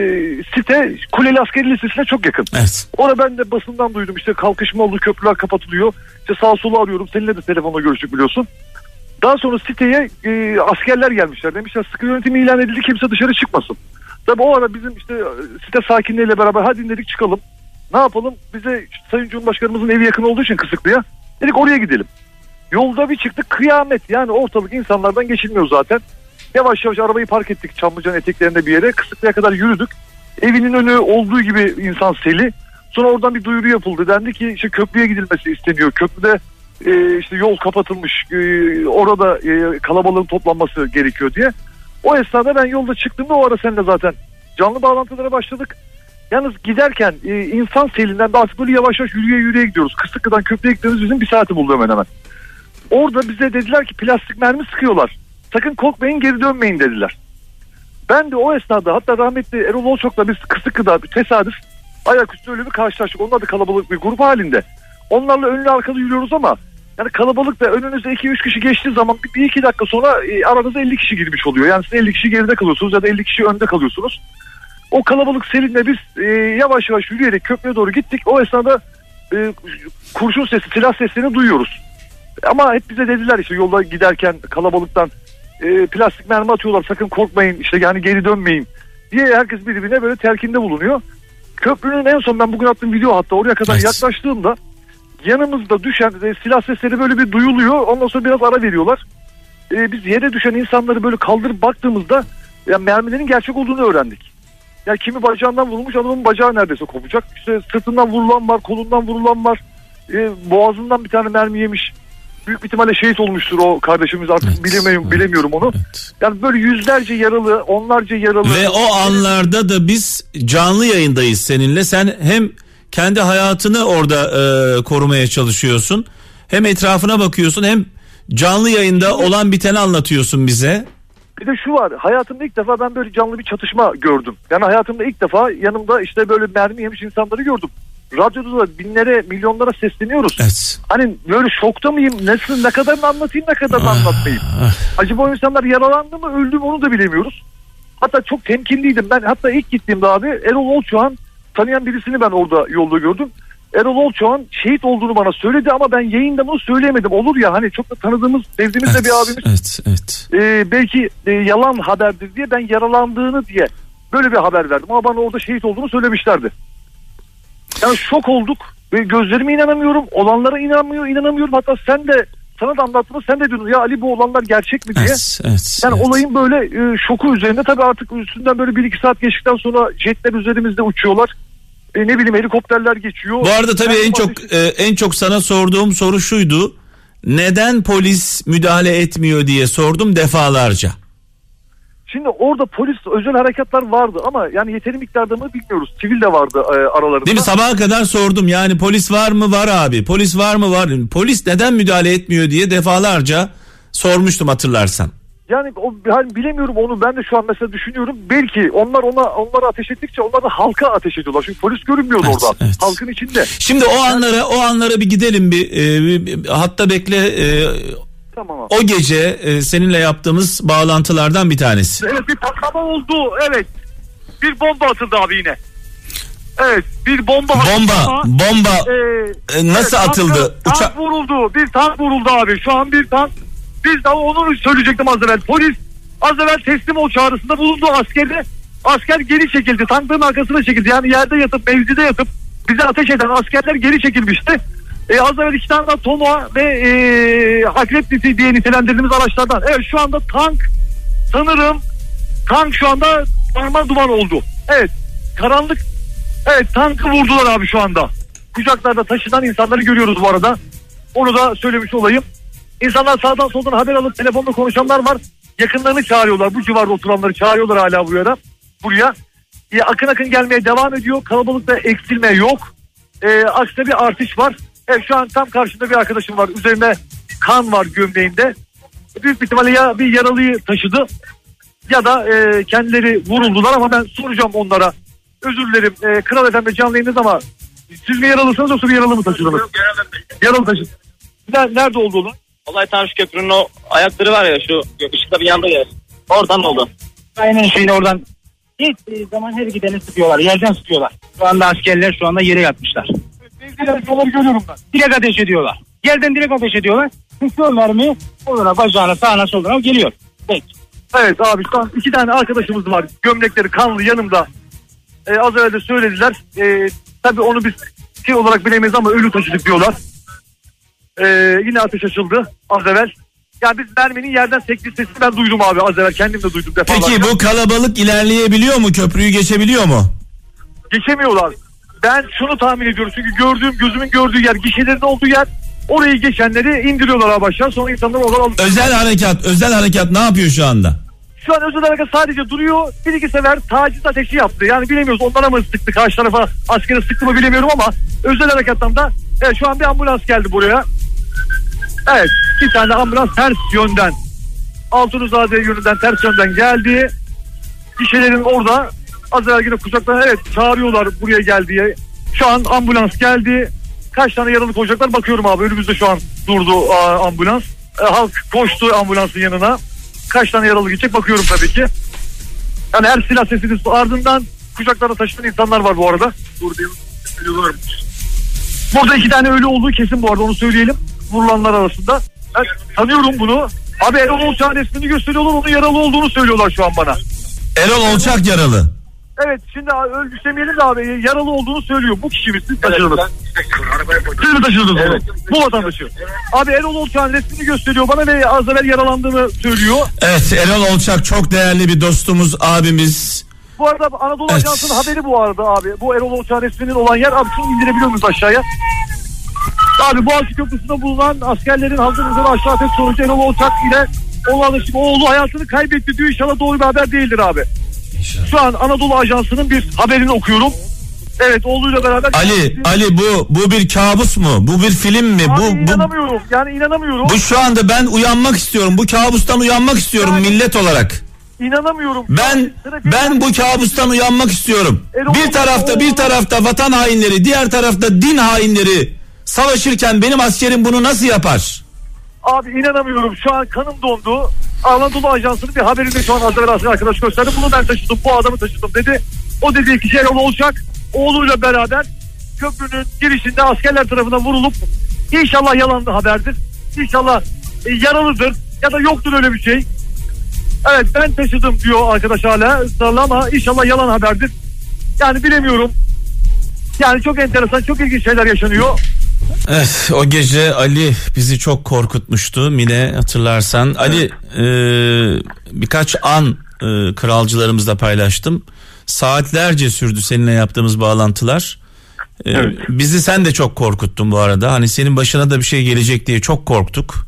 site Kuleli Askeri Lisesi'ne çok yakın. Evet. Orada ben de basından duydum, işte kalkışma oldu, köprüler kapatılıyor. İşte sağa sola arıyorum, seninle de telefonla görüştük biliyorsun. Daha sonra siteye askerler gelmişler. Demişler sıkı yönetim ilan edildi, kimse dışarı çıkmasın. Tabii o ara bizim işte site sakinleriyle beraber hadi dedik çıkalım. Ne yapalım? Bize Sayın Cumhurbaşkanımızın evi yakın olduğu için Kısıklı'ya dedik oraya gidelim. Yolda bir çıktık, kıyamet. Yani ortalık insanlardan geçilmiyor zaten. Yavaş yavaş arabayı park ettik Çamlıca'nın eteklerinde bir yere. Kısıklı'ya kadar yürüdük. Evinin önü olduğu gibi insan seli. Sonra oradan bir duyuru yapıldı. Dendi ki işte köprüye gidilmesi isteniyor. Köprüde işte yol kapatılmış. Orada kalabalığın toplanması gerekiyor diye. O esnada ben yolda çıktığımda o ara seninle zaten canlı bağlantılara başladık. Yalnız giderken insan selinden de artık böyle yavaş yavaş yürüye gidiyoruz. Kısıklı'dan köprüye gittiğimiz bizim bir saati buldu hemen hemen. Orada bize dediler ki plastik mermi sıkıyorlar. Sakın korkmayın, geri dönmeyin dediler. Ben de o esnada hatta rahmetli Erol Olçok'la biz Kısıklı'da bir tesadüf ayaküstü öyle bir karşılaştık. Onlar da kalabalık bir grup halinde. Onlarla önlü arkalı yürüyoruz ama yani kalabalık da önünüzde 2-3 kişi geçtiği zaman bir iki dakika sonra aranıza 50 kişi girmiş oluyor. Yani siz 50 kişi geride kalıyorsunuz ya da 50 kişi önde kalıyorsunuz. O kalabalık selinle biz yavaş yavaş yürüyerek köprüye doğru gittik. O esnada kurşun sesi, silah seslerini duyuyoruz. Ama hep bize dediler işte yolda giderken kalabalıktan plastik mermi atıyorlar, sakın korkmayın işte yani geri dönmeyin diye herkes birbirine böyle telkinde bulunuyor. Köprünün en son ben bugün attığım video hatta oraya kadar yaklaştığımda yanımızda düşen silah sesleri böyle bir duyuluyor. Ondan sonra biraz ara veriyorlar. Biz yere düşen insanları böyle kaldırıp baktığımızda yani mermilerin gerçek olduğunu öğrendik. Yani kimi bacağından vurulmuş, adamın bacağı neredeyse kopacak. İşte sırtından vurulan var, kolundan vurulan var. Boğazından bir tane mermi yemiş. Büyük bir ihtimalle şehit olmuştur o kardeşimiz, artık bilemiyorum onu. Evet. Yani böyle yüzlerce yaralı, onlarca yaralı. Ve o anlarda da biz canlı yayındayız seninle. Sen hem kendi hayatını orada korumaya çalışıyorsun, hem etrafına bakıyorsun, hem canlı yayında olan biteni anlatıyorsun bize. Bir de şu var, hayatımda ilk defa ben böyle canlı bir çatışma gördüm. Yani hayatımda ilk defa yanımda işte böyle mermi yemiş insanları gördüm. Radyoda da binlere, milyonlara sesleniyoruz. Evet. Hani böyle şokta mıyım? Ne kadarını anlatayım, ne kadarını anlatmayayım? Acaba o insanlar yaralandı mı, öldü mü onu da bilemiyoruz. Hatta çok temkinliydim. Ben hatta ilk gittiğimde abi Erol Olçok'un tanıyan birisini ben orada yolda gördüm. Erol Olçok'un şehit olduğunu bana söyledi ama ben yayında bunu söyleyemedim. Olur ya hani çok da tanıdığımız, sevdiğimiz de bir abimiz. Evet. Belki yalan haberdir diye ben yaralandığını diye böyle bir haber verdim. Ama bana orada şehit olduğunu söylemişlerdi. Yani şok olduk ve gözlerime inanamıyorum. Olanlara inanamıyorum. Hatta sen de, sana da anlattığımda sen de diyordun ya Ali bu olanlar gerçek mi diye. Yani olayın böyle şoku üzerinde tabii artık üstünden böyle 1-2 saat geçtikten sonra jetler üzerimizde uçuyorlar. Ne bileyim helikopterler geçiyor. Bu arada tabii en çok sana sorduğum soru şuydu. Neden polis müdahale etmiyor diye sordum defalarca. Şimdi orada polis özel harekatlar vardı ama yani yeteri miktarda mı bilmiyoruz. Sivil de vardı aralarında. Değil mi? Sabaha kadar sordum yani polis var mı? Var abi. Polis var mı? Var. Polis neden müdahale etmiyor diye defalarca sormuştum hatırlarsan. Yani bilemiyorum onu, ben de şu an mesela düşünüyorum. Belki onlara ateş ettikçe onlar da halka ateş ediyorlar. Çünkü polis görünmüyordu orada. Evet. Halkın içinde. Şimdi o anlara bir gidelim bir hatta bekle. Tamam abi. O gece seninle yaptığımız bağlantılardan bir tanesi. Evet, bir patlama oldu. Evet. Bir bomba atıldı abi yine. Evet, bir bomba nasıl atıldı? Tank vuruldu. Bir tank vuruldu abi. Şu an bir tank. Biz de onu söyleyecektim az evvel. Polis az evvel teslim ol çağrısında bulundu askerde. Asker geri çekildi. Tankların arkasına çekildi. Yani yerde yatıp, mevzide yatıp bize ateş eden askerler geri çekilmişti. Az evvel 2 tane daha Toma ve Akrep diye nitelendirdiğimiz araçlardan. Evet, şu anda sanırım tank şu anda darma duman oldu. Evet, karanlık. Evet, tankı vurdular abi şu anda. Kucaklarda taşınan insanları görüyoruz bu arada. Onu da söylemiş olayım. İnsanlar sağdan soldan haber alıp telefonla konuşanlar var. Yakınlarını çağırıyorlar. Bu civarda oturanları çağırıyorlar hala buraya. Akın gelmeye devam ediyor. Kalabalıkta eksilme yok. Aksine bir artış var. Evet, şu an tam karşımda bir arkadaşım var. Üzerine kan var gömleğinde. Büyük bir ihtimalle ya bir yaralıyı taşıdı ya da kendileri vuruldular ama ben soracağım onlara. Özür dilerim. Kral Efendi canlı yayınız ama siz mi yaralısınız yoksa bir yaralı mı taşıdınız? Yaralı taşıdınız. Nerede oldu olay? Olay tam şu köprünün o ayakları var ya, şu ışıkların yanında yer. Oradan oldu. Aynen şeyini oradan gittiği zaman her gideni sıkıyorlar. Yerden sıkıyorlar. Şu anda askerler şu anda yere yatmışlar. Onları görüyorum ben. Direkt ateş ediyorlar. Yerden direkt ateş ediyorlar. Sıkıyorlar mı? Onlara bacağına sağına soluna geliyor. Peki. Evet abi şu an 2 tane arkadaşımız var. Gömlekleri kanlı yanımda. Az evvel de söylediler. Tabii onu biz şey olarak bilemeyiz ama ölü taşıdık diyorlar. Yine ateş açıldı az evvel. Yani biz merminin yerden sektiği sesini ben duydum abi az evvel. Kendim de duydum defalarca. Peki bu kalabalık ilerleyebiliyor mu? Köprüyü geçebiliyor mu? Geçemiyorlar. Ben şunu tahmin ediyorum. Çünkü gözümün gördüğü yer, gişelerin olduğu yer. Orayı geçenleri indiriyorlar abi aşağı. Sonra insanlar oradan alıyor. Özel harekat ne yapıyor şu anda? Şu an özel harekat sadece duruyor. Bir iki sefer taciz ateşi yaptı. Yani bilemiyoruz onlara mı sıktı, karşı tarafa askeri sıktı mı bilemiyorum ama özel harekattan da şu an bir ambulans geldi buraya. Evet, bir tane ambulans ters yönden, Altunizade yönünden ters yönden geldi. Gişelerin orada az evvel yine kucaklarına çağırıyorlar buraya gel diye. Şu an ambulans geldi. Kaç tane yaralı koyacaklar bakıyorum abi. Önümüzde şu an durdu ambulans. Halk koştu ambulansın yanına. Kaç tane yaralı gidecek bakıyorum tabii ki. Yani her silah sesinin ardından kucaklarına taşınan insanlar var bu arada. Burada 2 tane ölü olduğu kesin bu arada, onu söyleyelim. Vurulanlar arasında. Ben tanıyorum bunu. Abi Erol Olçak'ın resmini gösteriyorlar, onun yaralı olduğunu söylüyorlar şu an bana. Erol Olçak yaralı. Evet, şimdi ölmüş demeyelim de abi yaralı olduğunu söylüyor. Bu kişi mi? Siz taşıdınız. Siz mi taşıdınız onu? Bu vatandaşı. Abi Erol Olçak'ın resmini gösteriyor bana ve az evvel yaralandığını söylüyor. Evet, Erol Olçak çok değerli bir dostumuz, abimiz. Bu arada Anadolu Ajansı'nın haberi bu arada abi. Bu Erol Olçak'ın resminin olan yer. Abi şunu indirebiliyor muyuz aşağıya? Abi Boğaziçi Köprüsü'nde bulunan askerlerin hazırlıkları aşağı ateş sonucu Erol Olçak ile oğlu hayatını kaybetti diyor. İnşallah doğru bir haber değildir abi. Şu an Anadolu Ajansı'nın bir haberini okuyorum. Evet, oğluyla beraber. Ali bu bir kabus mu? Bu bir film mi? Abi inanamıyorum. Yani inanamıyorum. Bu şu anda ben uyanmak istiyorum. Bu kabustan uyanmak istiyorum yani, millet olarak. İnanamıyorum. Ben bu kabustan uyanmak istiyorum. Bir tarafta vatan hainleri, diğer tarafta din hainleri savaşırken benim askerim bunu nasıl yapar? Abi inanamıyorum. Şu an kanım dondu. Anadolu Ajansı'nın bir haberinde şu an az evvel arkadaş gösterdi. Bunu ben taşıdım, bu adamı taşıdım dedi. O dediği kişi Erol Olçak. Oğluyla beraber köprünün girişinde askerler tarafından vurulup, inşallah yalan haberdir. İnşallah yaralıdır ya da yoktur öyle bir şey. Evet, ben taşıdım diyor arkadaş hala ısrarla ama inşallah yalan haberdir. Yani bilemiyorum. Yani çok enteresan, çok ilginç şeyler yaşanıyor. Evet, o gece Ali bizi çok korkutmuştu Mine, hatırlarsan. Ali birkaç an kralcılarımızla paylaştım. Saatlerce sürdü seninle yaptığımız bağlantılar. Evet. Bizi sen de çok korkuttun bu arada. Hani senin başına da bir şey gelecek diye çok korktuk.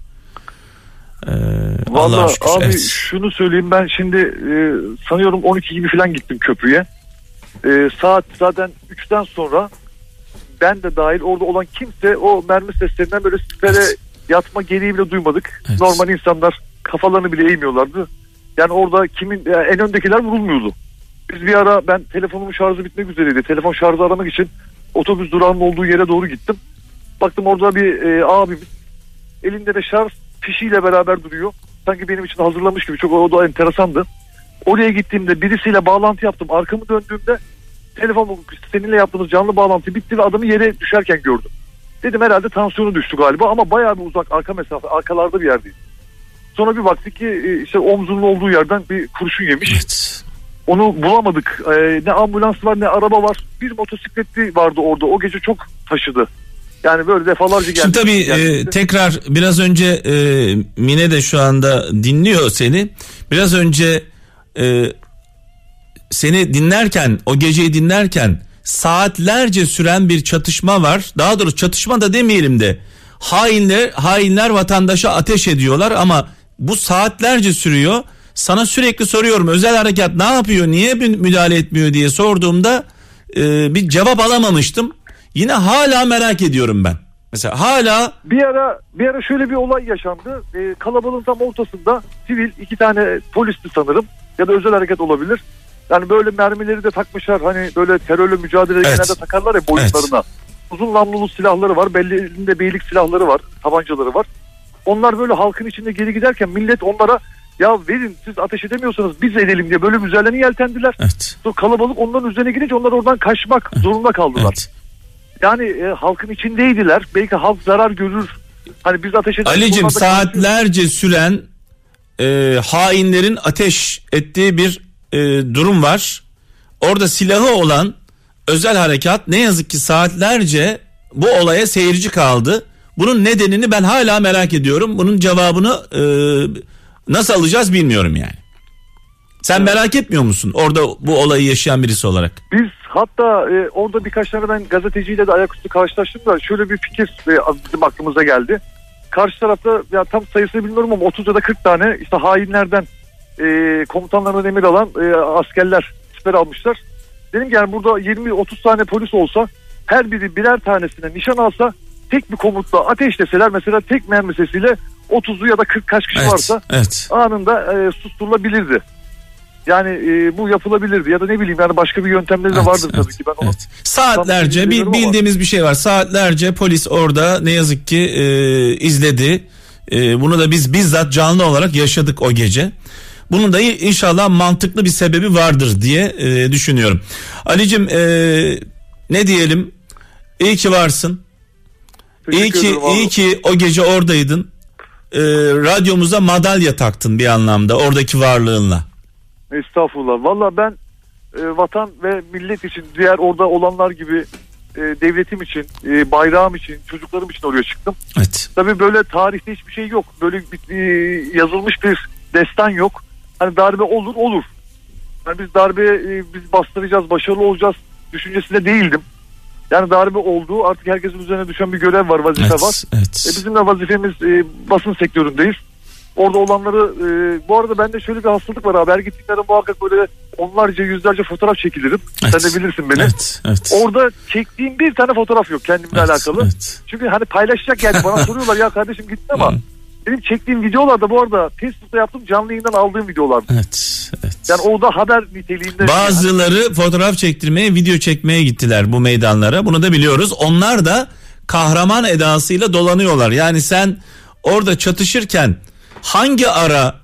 Vallahi abi şunu söyleyeyim, ben şimdi sanıyorum 12 gibi falan gittim köprüye. Saat zaten 3'ten sonra ben de dahil orada olan kimse o mermi seslerinden böyle sipere yatma gereği bile duymadık. Evet. Normal insanlar kafalarını bile eğmiyorlardı. Yani orada en öndekiler vurulmuyordu. Biz bir ara, ben telefonumun şarjı bitmek üzereydi. Telefon şarjı aramak için otobüs durağının olduğu yere doğru gittim. Baktım orada bir abimiz elinde de şarj fişiyle beraber duruyor. Sanki benim için hazırlamış gibi, çok o da enteresandı. Oraya gittiğimde birisiyle bağlantı yaptım. Arkamı döndüğümde telefon seninle yaptığımız canlı bağlantı bitti ve adamı yere düşerken gördüm. Dedim herhalde tansiyonu düştü galiba ama bayağı bir uzak, arka mesafe, arkalarda bir yerdeydi. Sonra bir baktık ki işte omzunun olduğu yerden bir kurşun yemiş. Evet. Onu bulamadık. Ne ambulans var ne araba var. Bir motosikletli vardı orada. O gece çok taşıdı. Yani böyle defalarca geldi. Şimdi tabii tekrar biraz önce Mine de şu anda dinliyor seni. Biraz önce seni dinlerken, o geceyi dinlerken saatlerce süren bir çatışma var. Daha doğrusu çatışma da demeyelim de hainler vatandaşa ateş ediyorlar ama bu saatlerce sürüyor. Sana sürekli soruyorum, özel harekat ne yapıyor, niye müdahale etmiyor diye sorduğumda bir cevap alamamıştım. Yine hala merak ediyorum ben. Mesela hala bir ara şöyle bir olay yaşandı. Kalabalığın tam ortasında sivil 2 tane polisti sanırım ya da özel hareket olabilir. Yani böyle mermileri de takmışlar. Hani böyle terörle mücadele genelde takarlar ya boyunlarına. Evet. Uzun namlulu silahları var. Belli elinde beylik silahları var. Tabancaları var. Onlar böyle halkın içinde geri giderken millet onlara ya verin siz ateş edemiyorsanız biz edelim diye böyle müzakereni yeltendiler. Evet. Sonra kalabalık onların üzerine girince onlar oradan kaçmak zorunda kaldılar. Evet. Yani halkın içindeydiler. Belki halk zarar görür. Hani biz ateş edelim. Ali'cim saatlerce süren hainlerin ateş ettiği bir durum var. Orada silahı olan özel harekat ne yazık ki saatlerce bu olaya seyirci kaldı. Bunun nedenini ben hala merak ediyorum. Bunun cevabını nasıl alacağız bilmiyorum yani. Sen merak etmiyor musun orada bu olayı yaşayan birisi olarak? Biz hatta orada birkaç tane ben gazeteciyle de ayaküstü karşılaştım da şöyle bir fikir bizim aklımıza geldi. Karşı tarafta ya tam sayısını bilmiyorum ama 30 ya da 40 tane işte hainlerden komutanlarından emir alan askerler siper almışlar. Dedim ki yani burada 20-30 tane polis olsa her biri birer tanesine nişan alsa tek bir komutla ateşleseler mesela tek mermi sesiyle 30'lu ya da 40 kaç kişi varsa anında susturulabilirdi. Yani bu yapılabilirdi ya da ne bileyim yani başka bir yöntemleri de vardır tabii ki. Ben onu saatlerce bildiğimiz bir şey var. Saatlerce polis orada ne yazık ki izledi. Bunu da biz bizzat canlı olarak yaşadık o gece. Bunun da inşallah mantıklı bir sebebi vardır diye düşünüyorum. Ali'cim ne diyelim? İyi ki varsın. İyi ki o gece oradaydın. Radyomuza madalya taktın bir anlamda oradaki varlığınla. Estağfurullah. Valla ben vatan ve millet için diğer orada olanlar gibi devletim için, bayrağım için, çocuklarım için oraya çıktım. Evet. Tabii böyle tarihte hiçbir şey yok. Böyle yazılmış bir destan yok. Hani darbe olur. Yani biz bastıracağız, başarılı olacağız düşüncesinde değildim. Yani darbe oldu. Artık herkesin üzerine düşen bir görev var, vazife var. Evet. Bizim de vazifemiz basın sektöründeyiz. Orada olanları bu arada bende şöyle bir hastalık var abi. Her gittiklerimde muhakkak böyle onlarca yüzlerce fotoğraf çekilirim. Evet. Sen de bilirsin beni. Evet. Orada çektiğim bir tane fotoğraf yok kendimle alakalı. Evet. Çünkü hani paylaşacak yani bana soruyorlar ya kardeşim gittin ama benim çektiğim videolar da bu arada Facebook'ta yaptığım canlı yayından aldığım videolar. Evet. Yani o da haber niteliğinde. Bazıları fotoğraf çektirmeye, video çekmeye gittiler bu meydanlara. Bunu da biliyoruz. Onlar da kahraman edasıyla dolanıyorlar. Yani sen orada çatışırken hangi ara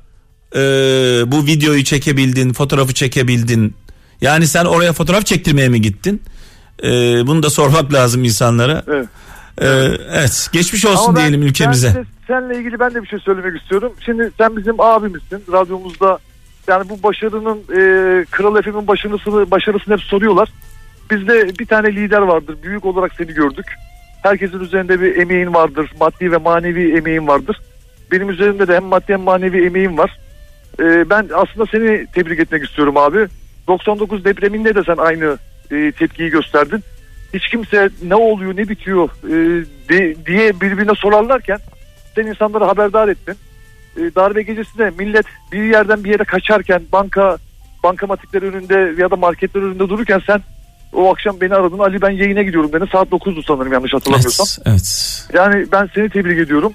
bu videoyu çekebildin, fotoğrafı çekebildin? Yani sen oraya fotoğraf çektirmeye mi gittin? Bunu da sormak lazım insanlara. Evet. Evet. Geçmiş olsun diyelim ülkemize. Seninle ilgili ben de bir şey söylemek istiyorum. Şimdi sen bizim abimizsin. Radyomuzda yani bu başarının Kral FM'in başarısını hep soruyorlar. Bizde bir tane lider vardır. Büyük olarak seni gördük. Herkesin üzerinde bir emeğin vardır. Maddi ve manevi emeğin vardır. Benim üzerimde de hem maddi hem manevi emeğim var. Ben aslında seni tebrik etmek istiyorum abi. 99 depreminde de sen aynı tepkiyi gösterdin. Hiç kimse ne oluyor ne bitiyor diye birbirine sorarlarken sen insanları haberdar ettin. Darbe gecesinde millet bir yerden bir yere kaçarken bankamatikler önünde ya da marketler önünde dururken sen o akşam beni aradın. Ali ben yayına gidiyorum beni. Saat 9'du sanırım yanlış hatırlamıyorsam. Evet. Yani ben seni tebrik ediyorum.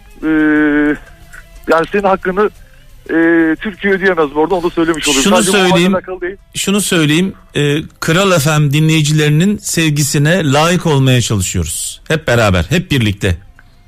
Yani senin hakkını Türkiye ödeyemez bu arada, onu da söylemiş olayım. Şunu söyleyeyim. Kral FM dinleyicilerinin sevgisine layık olmaya çalışıyoruz. Hep beraber, hep birlikte.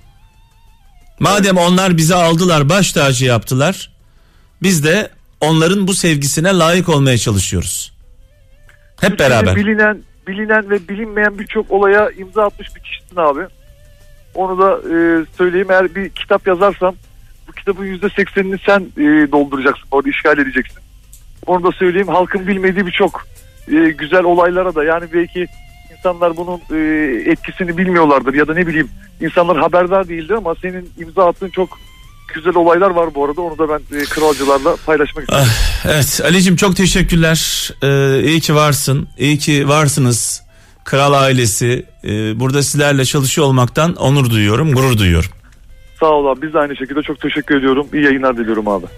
Madem onlar bizi aldılar, baş tacı yaptılar. Biz de onların bu sevgisine layık olmaya çalışıyoruz. Hep beraber. Bilinen ve bilinmeyen birçok olaya imza atmış bir kişisin abi. Onu da söyleyeyim. Eğer bir kitap yazarsam bu kitabın %80'ini sen dolduracaksın. Orada işgal edeceksin. Onu da söyleyeyim. Halkın bilmediği birçok güzel olaylara da, yani belki insanlar bunun etkisini bilmiyorlardır ya da ne bileyim insanlar haberdar değildir ama senin imza attığın çok güzel olaylar var bu arada. Onu da ben kralcılarla paylaşmak istiyorum. Evet Ali'cim, çok teşekkürler. İyi ki varsın. İyi ki varsınız kral ailesi. Burada sizlerle çalışıyor olmaktan onur duyuyorum, gurur duyuyorum. Sağ ol abi, biz de aynı şekilde çok teşekkür ediyorum. İyi yayınlar diliyorum abi.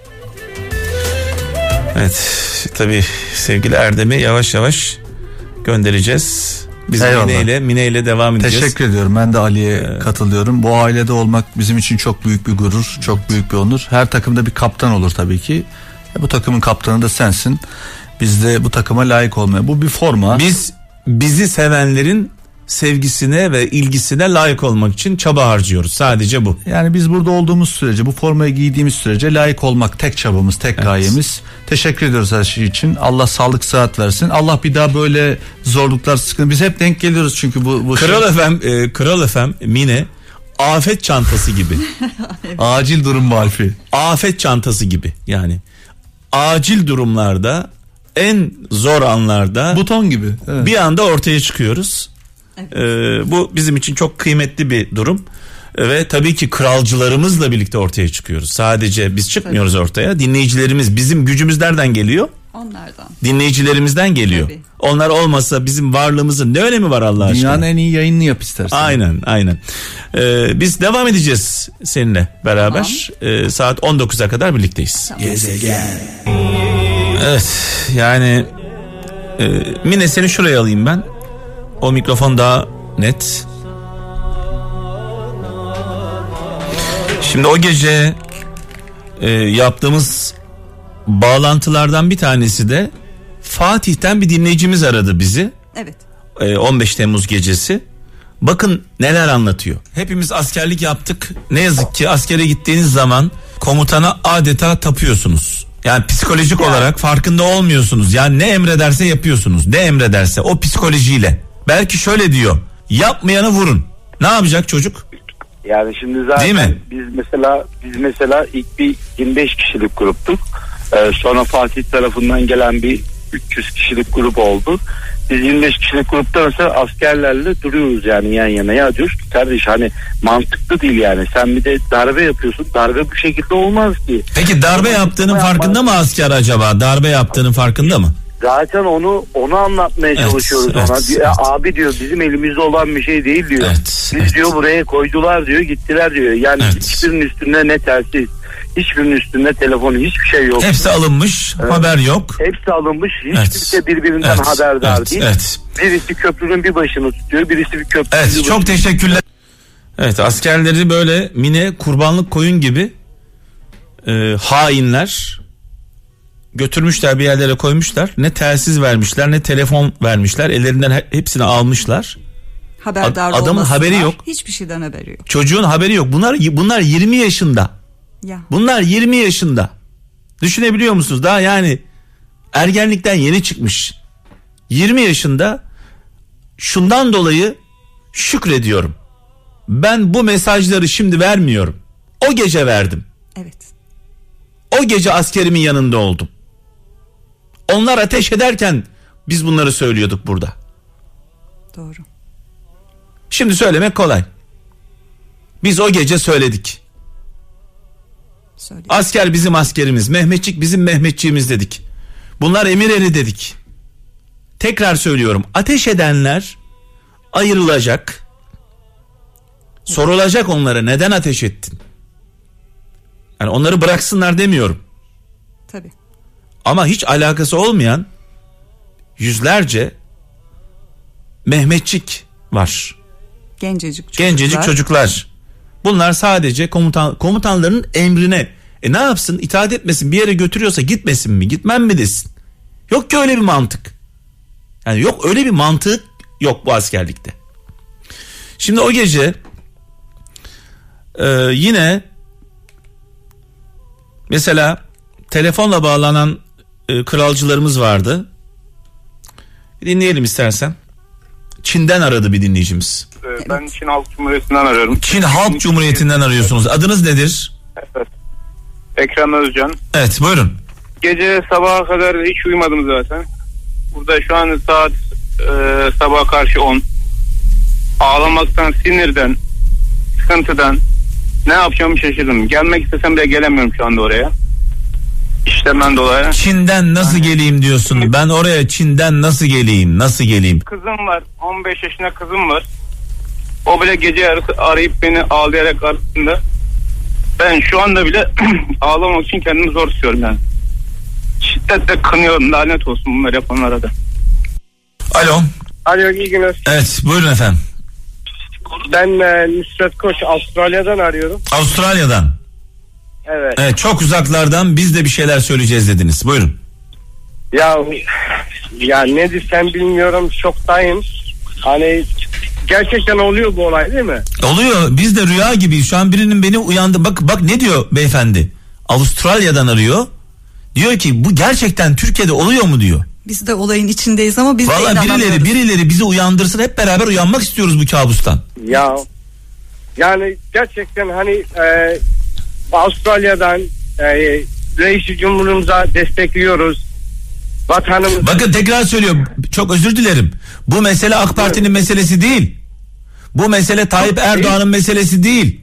Evet, tabii sevgili Erdem'i yavaş yavaş göndereceğiz. Biz Mine ile devam edeceğiz. Teşekkür ediyorum. Ben de Ali'ye katılıyorum. Bu ailede olmak bizim için çok büyük bir gurur, çok büyük bir onur. Her takımda bir kaptan olur tabii ki. Bu takımın kaptanı da sensin. Biz de bu takıma layık olmaya. Bu bir forma. Bizi sevenlerin sevgisine ve ilgisine layık olmak için çaba harcıyoruz. Sadece bu. Yani biz burada olduğumuz sürece, bu formayı giydiğimiz sürece layık olmak tek çabamız, tek gayemiz. Teşekkür ediyoruz her şey için. Allah sağlık sıhhat versin. Allah bir daha böyle zorluklar, sıkıntı. Biz hep denk geliyoruz çünkü bu Kral FM Mine afet çantası gibi. Acil durum valfi. Afet çantası gibi yani. Acil durumlarda, en zor anlarda buton gibi. Evet. Bir anda ortaya çıkıyoruz. Evet. Bu bizim için çok kıymetli bir durum. Ve tabii ki kralcılarımızla birlikte ortaya çıkıyoruz. Sadece biz çıkmıyoruz ortaya. Dinleyicilerimiz, bizim gücümüz nereden geliyor? Onlardan. Dinleyicilerimizden geliyor. Tabii. Onlar olmasa bizim varlığımızın ne önemi var Allah aşkına? Dünyanın en iyi yayınını yap istersen. Aynen. Biz devam edeceğiz seninle beraber. Tamam. Saat 19'a kadar birlikteyiz. Tamam. Gezegen. Evet yani Mine seni şuraya alayım ben. O mikrofon daha net. Şimdi o gece yaptığımız bağlantılardan bir tanesi de Fatih'ten bir dinleyicimiz aradı bizi. Evet. 15 Temmuz gecesi. Bakın neler anlatıyor. Hepimiz askerlik yaptık. Ne yazık ki askere gittiğiniz zaman komutana adeta tapıyorsunuz. Yani psikolojik olarak farkında olmuyorsunuz. Yani ne emrederse yapıyorsunuz. Ne emrederse o psikolojiyle. Belki şöyle diyor. Yapmayanı vurun. Ne yapacak çocuk? Yani şimdi zaten biz mesela ilk bir 25 kişilik gruptuk. Sonra Fatih tarafından gelen bir 300 kişilik grup oldu. Biz 25 kişilik grupta mesela askerlerle duruyoruz yani yan yana. Ya diyoruz ki kardeş hani mantıklı değil yani. Sen bir de darbe yapıyorsun. Darbe bu şekilde olmaz ki. Peki darbe yaptığının farkında mı asker acaba? Darbe yaptığının farkında mı? Zaten onu anlatmaya çalışıyoruz ona. Diyor, abi diyor bizim elimizde olan bir şey değil diyor. Biz diyor buraya koydular diyor, gittiler diyor. Yani hiçbirinin üstünde ne telsiz, hiçbirinin üstünde telefonu, hiçbir şey yok. Hepsi alınmış, haber yok. Hepsi alınmış, hiçbir birbirinden haberdar değil. Birisi köprünün bir başını tutuyor, birisi bir köprünün bir başını. Çok teşekkürler. Evet, askerleri böyle Mine kurbanlık koyun gibi hainler götürmüşler, bir yerlere koymuşlar. Ne telsiz vermişler, ne telefon vermişler. Ellerinden hepsini almışlar. Haberdar adamın haberi yok. Hiçbir şeyden haberi yok. Çocuğun haberi yok. Bunlar 20 yaşında. Ya. Bunlar 20 yaşında. Düşünebiliyor musunuz? Daha yani ergenlikten yeni çıkmış. 20 yaşında. Şundan dolayı şükrediyorum. Ben bu mesajları şimdi vermiyorum. O gece verdim. Evet. O gece askerimin yanında oldum. Onlar ateş ederken biz bunları söylüyorduk burada. Doğru. Şimdi söylemek kolay. Biz o gece söyledik. Asker bizim askerimiz, Mehmetçik bizim Mehmetçiğimiz dedik. Bunlar emir eri dedik. Tekrar söylüyorum, ateş edenler ayrılacak. Sorulacak onlara, neden ateş ettin? Yani onları bıraksınlar demiyorum. Tabii. Ama hiç alakası olmayan yüzlerce Mehmetçik var. Gencecik çocuklar. Bunlar sadece komutanların emrine. Ne yapsın? İtaat etmesin. Bir yere götürüyorsa gitmesin mi? Gitmem mi desin? Yok ki öyle bir mantık. Yani yok öyle bir mantık yok bu askerlikte. Şimdi o gece yine mesela telefonla bağlanan kralcılarımız vardı. Bir dinleyelim istersen. Çin'den aradı bir dinleyicimiz. Ben Çin Halk Cumhuriyeti'nden arıyorum. Çin Halk Cumhuriyeti'nden arıyorsunuz. Adınız nedir? Evet. Ekrem Özcan. Evet, buyurun. Gece sabaha kadar hiç uyumadım zaten. Burada şu an saat sabaha karşı 10. Ağlamaktan, sinirden, sıkıntıdan ne yapacağımı şaşırdım. Gelmek istesem de gelemiyorum şu anda oraya. İşlemden dolayı. Çin'den nasıl geleyim diyorsun? Ben oraya Çin'den nasıl geleyim? Kızım var. 15 yaşında kızım var. O bile gece yarısı arayıp beni ağlayarak aradığında ben şu anda bile ağlamak için kendimi zor tutuyorum yani. Şiddetle kınıyorum. Lanet olsun bunları yapanlara da. Alo. Alo, iyi günler. Evet, buyurun efendim. Ben Nusret Koç, Avustralya'dan arıyorum. Avustralya'dan. Evet. Evet, çok uzaklardan biz de bir şeyler söyleyeceğiz dediniz. Buyurun. Ya ne desem bilmiyorum, şoktayım. Hani gerçekten oluyor bu olay değil mi? Oluyor. Biz de rüya gibiyiz. Şu an birinin beni uyandı. Bak ne diyor beyefendi? Avustralya'dan arıyor. Diyor ki bu gerçekten Türkiye'de oluyor mu diyor. Biz de olayın içindeyiz ama biz de inanamıyoruz. Birileri bizi uyandırsın, hep beraber uyanmak istiyoruz bu kabustan. Ya yani gerçekten hani Avustralya'dan Reis-i Cumhurumuza destekliyoruz. Vatanımız. Bakın tekrar söylüyorum. Çok özür dilerim. Bu mesele AK Parti'nin meselesi değil. Bu mesele Tayyip Erdoğan'ın meselesi değil.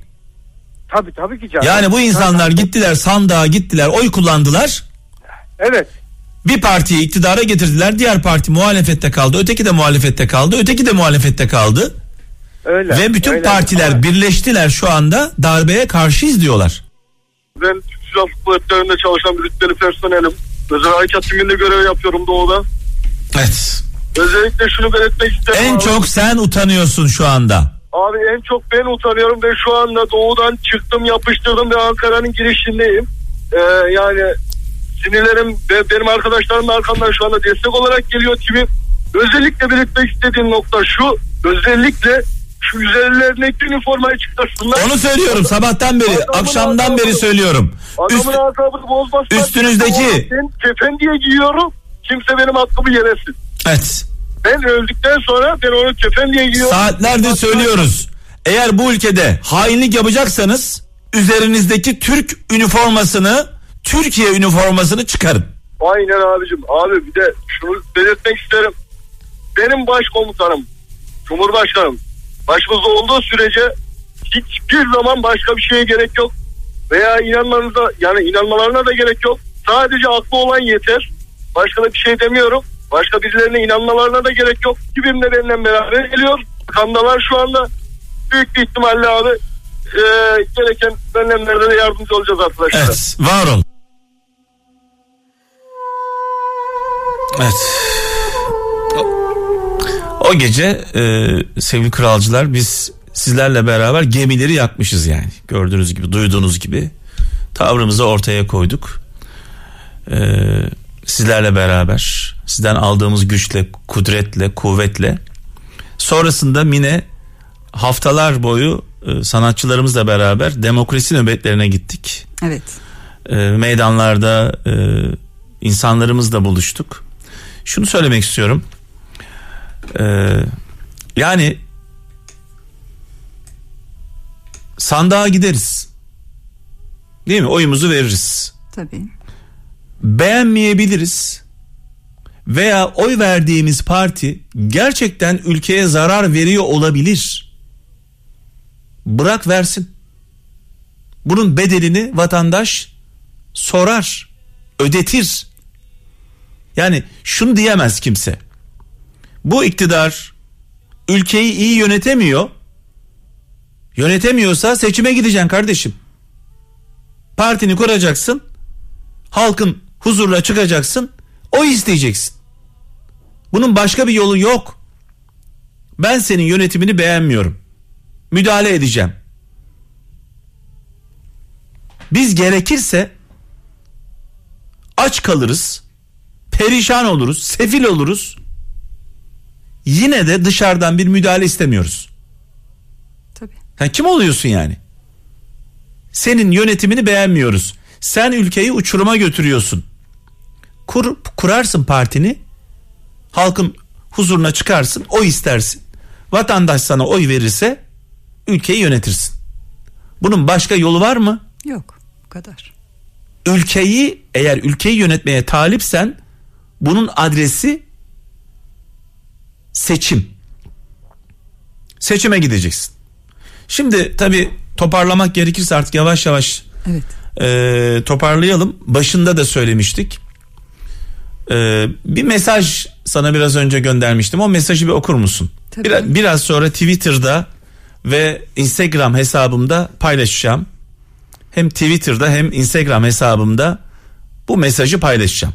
Tabii ki canım. Yani bu insanlar gittiler, sandığa gittiler, oy kullandılar. Evet. Bir partiyi iktidara getirdiler. Diğer parti muhalefette kaldı. Öteki de muhalefette kaldı. Öteki de muhalefette kaldı. Öyle. Ve bütün öyle. partiler birleştiler, şu anda darbeye karşıyız diyorlar. Ben Türk Silahlı Kuvvetleri'nde çalışan bir rütbeli personelim. Özel harekat timinde görev yapıyorum doğuda. Evet. Özellikle şunu belirtmek isterim. En çok sen utanıyorsun şu anda. Abi en çok ben utanıyorum ve şu anda doğudan çıktım, yapıştırdım ve Ankara'nın girişindeyim. Yani sinirlerim ve benim arkadaşlarım da arkamdan şu anda destek olarak geliyor. Timim özellikle belirtmek istediğim nokta şu: özellikle şu üzerlerindeki üniformayı çıkarsınlar. Onu söylüyorum sabahtan beri, akşamdan beri söylüyorum. Adamın asabını bozmazsan üstünüzdeki ben kefen diye giyiyorum, kimse benim hakkımı yemesin. Evet. Ben öldükten sonra ben onu kefen diye giyiyorum. Saatlerdir söylüyoruz. Eğer bu ülkede hainlik yapacaksanız üzerinizdeki Türk üniformasını, Türkiye üniformasını çıkarın. Aynen abicim. Abi bir de şunu belirtmek isterim. Benim başkomutanım, Cumhurbaşkanım başımızda olduğu sürece hiçbir zaman başka bir şeye gerek yok. Veya inanmalarına da gerek yok. Sadece aklı olan yeter. Başka da bir şey demiyorum. Başka birilerine inanmalarına da gerek yok. Ekibim de benimle beraber geliyor. Kandalar şu anda. Büyük bir ihtimalle abi gereken önlemlerde de yardımcı olacağız arkadaşlar. Evet, var ol. Evet. O gece sevgili kralcılar, biz sizlerle beraber gemileri yakmışız yani. Gördüğünüz gibi, duyduğunuz gibi tavrımızı ortaya koyduk. Sizlerle beraber, sizden aldığımız güçle, kudretle, kuvvetle. Sonrasında Mine haftalar boyu sanatçılarımızla beraber demokrasi nöbetlerine gittik. Evet. Meydanlarda insanlarımızla buluştuk. Şunu söylemek istiyorum. Yani sandığa gideriz. Değil mi? Oyumuzu veririz. Tabii. Beğenmeyebiliriz. Veya oy verdiğimiz parti gerçekten ülkeye zarar veriyor olabilir. Bırak versin. Bunun bedelini vatandaş sorar, ödetir. Yani şunu diyemez kimse: bu iktidar ülkeyi iyi yönetemiyor. Yönetemiyorsa seçime gideceksin kardeşim. Partini kuracaksın. Halkın huzurla çıkacaksın. Oy isteyeceksin. Bunun başka bir yolu yok. Ben senin yönetimini beğenmiyorum. Müdahale edeceğim. Biz gerekirse aç kalırız, perişan oluruz, sefil oluruz. Yine de dışarıdan bir müdahale istemiyoruz. Tabii. Sen kim oluyorsun yani? Senin yönetimini beğenmiyoruz. Sen ülkeyi uçuruma götürüyorsun. Kurarsın partini, halkın huzuruna çıkarsın, oy istersin. Vatandaş sana oy verirse ülkeyi yönetirsin. Bunun başka yolu var mı? Yok, bu kadar. Eğer ülkeyi yönetmeye talipsen bunun adresi seçim. Seçime gideceksin. Şimdi tabii toparlamak gerekirse artık yavaş yavaş toparlayalım. Başında da söylemiştik. Bir mesaj sana biraz önce göndermiştim. O mesajı bir okur musun? Biraz sonra Twitter'da ve Instagram hesabımda paylaşacağım. Hem Twitter'da hem Instagram hesabımda bu mesajı paylaşacağım.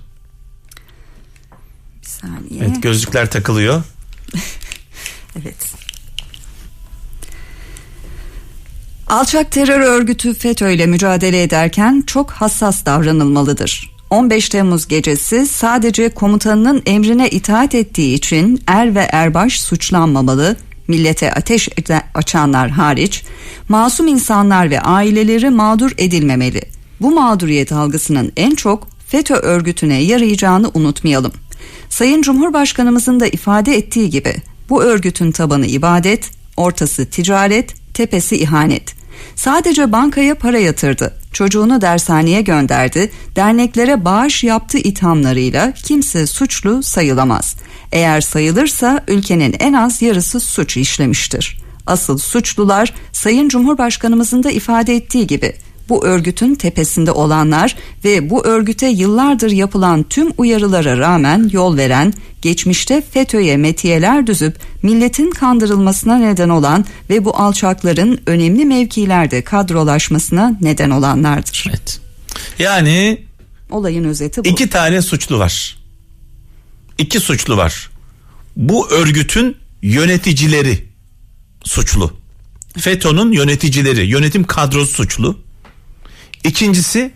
Bir saniye. Evet, gözlükler takılıyor. Evet. Alçak terör örgütü FETÖ ile mücadele ederken çok hassas davranılmalıdır. 15 Temmuz gecesi sadece komutanının emrine itaat ettiği için er ve erbaş suçlanmamalı, millete ateş açanlar hariç, masum insanlar ve aileleri mağdur edilmemeli. Bu mağduriyet algısının en çok FETÖ örgütüne yarayacağını unutmayalım. Sayın Cumhurbaşkanımızın da ifade ettiği gibi bu örgütün tabanı ibadet, ortası ticaret, tepesi ihanet. Sadece bankaya para yatırdı, çocuğunu dershaneye gönderdi, derneklere bağış yaptı ithamlarıyla kimse suçlu sayılamaz. Eğer sayılırsa ülkenin en az yarısı suç işlemiştir. Asıl suçlular Sayın Cumhurbaşkanımızın da ifade ettiği gibi bu örgütün tepesinde olanlar ve bu örgüte yıllardır yapılan tüm uyarılara rağmen yol veren, geçmişte FETÖ'ye metiyeler düzüp milletin kandırılmasına neden olan ve bu alçakların önemli mevkilerde kadrolaşmasına neden olanlardır. Evet. Yani olayın özeti bu. 2 tane suçlu var. 2 suçlu var. Bu örgütün yöneticileri suçlu. FETÖ'nün yöneticileri, yönetim kadrosu suçlu. İkincisi,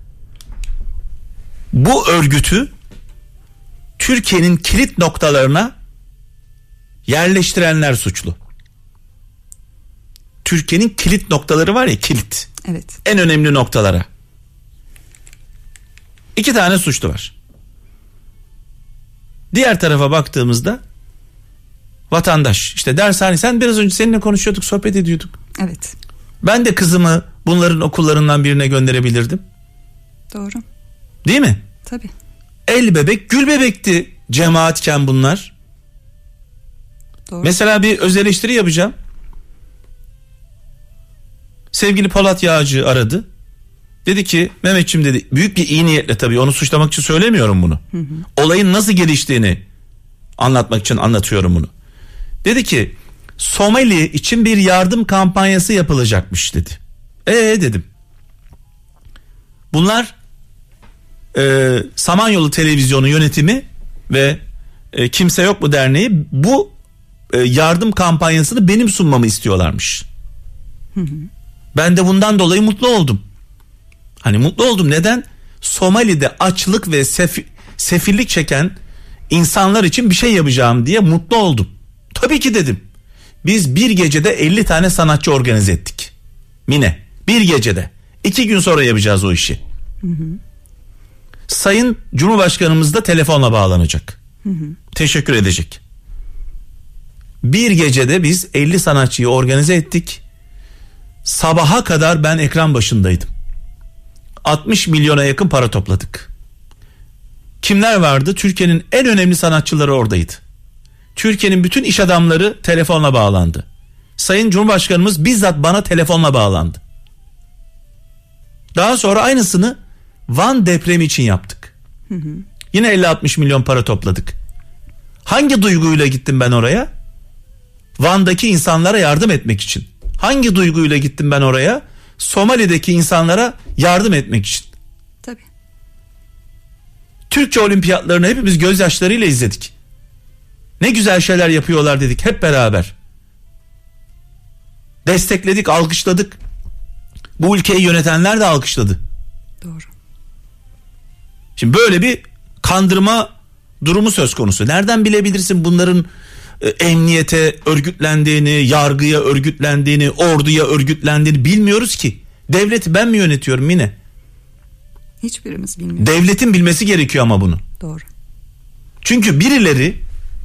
bu örgütü Türkiye'nin kilit noktalarına yerleştirenler suçlu. Türkiye'nin kilit noktaları var ya, kilit. Evet. En önemli noktalara. 2 tane suçlu var. Diğer tarafa baktığımızda vatandaş, işte dershane, sen biraz önce seninle konuşuyorduk, sohbet ediyorduk. Evet. Ben de kızımı bunların okullarından birine gönderebilirdim. Doğru. Değil mi? Tabii. El bebek gül bebekti cemaatken bunlar. Doğru. Mesela bir öz eleştiri yapacağım. Sevgili Polat Yağcı aradı. Dedi ki Mehmetciğim dedi, büyük bir iyi niyetle, tabii onu suçlamak için söylemiyorum bunu. Hı hı. Olayın nasıl geliştiğini anlatmak için anlatıyorum bunu. Dedi ki Somali için bir yardım kampanyası yapılacakmış dedi. Dedim. Bunlar Samanyolu Televizyonu yönetimi ve Kimse Yok mu derneği bu yardım kampanyasını benim sunmamı istiyorlarmış. Hı hı. Ben de bundan dolayı mutlu oldum. Hani mutlu oldum, neden? Somali'de açlık ve sefillik çeken insanlar için bir şey yapacağım diye mutlu oldum. Tabii ki dedim. Biz bir gecede 50 tane sanatçı organize ettik. Mine. Bir gecede. 2 gün sonra yapacağız o işi. Hı hı. Sayın Cumhurbaşkanımız da telefonla bağlanacak. Hı hı. Teşekkür edecek. Bir gecede biz 50 sanatçıyı organize ettik. Sabaha kadar ben ekran başındaydım. 60 milyona yakın para topladık. Kimler vardı? Türkiye'nin en önemli sanatçıları oradaydı. Türkiye'nin bütün iş adamları telefonla bağlandı. Sayın Cumhurbaşkanımız bizzat bana telefonla bağlandı. Daha sonra aynısını Van depremi için yaptık. Hı hı. Yine 50-60 milyon para topladık. Hangi duyguyla gittim ben oraya? Van'daki insanlara yardım etmek için. Hangi duyguyla gittim ben oraya? Somali'deki insanlara yardım etmek için. Tabii. Türkçe olimpiyatlarını hepimiz gözyaşlarıyla izledik. Ne güzel şeyler yapıyorlar dedik hep beraber. Destekledik, alkışladık. Bu ülkeyi yönetenler de alkışladı. Doğru. Şimdi böyle bir kandırma durumu söz konusu. Nereden bilebilirsin bunların emniyete örgütlendiğini, yargıya örgütlendiğini, orduya örgütlendiğini bilmiyoruz ki. Devleti ben mi yönetiyorum yine? Hiçbirimiz bilmiyoruz. Devletin bilmesi gerekiyor ama bunu. Doğru. Çünkü birileri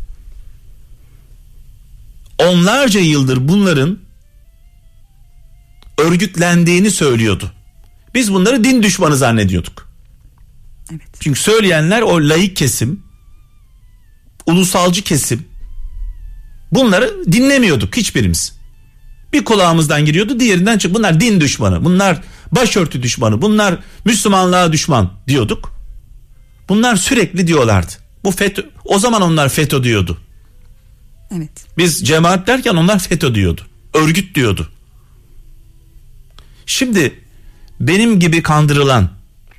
onlarca yıldır bunların örgütlendiğini söylüyordu. Biz bunları din düşmanı zannediyorduk. Evet. Çünkü söyleyenler o laik kesim, ulusalcı kesim. Bunları dinlemiyorduk hiçbirimiz. Bir kulağımızdan giriyordu, diğerinden çık. Bunlar din düşmanı, bunlar başörtü düşmanı, bunlar Müslümanlığa düşman diyorduk. Bunlar sürekli diyorlardı. Bu FETÖ, o zaman onlar FETÖ diyordu. Evet. Biz cemaat derken onlar FETÖ diyordu. Örgüt diyordu. Şimdi benim gibi kandırılan,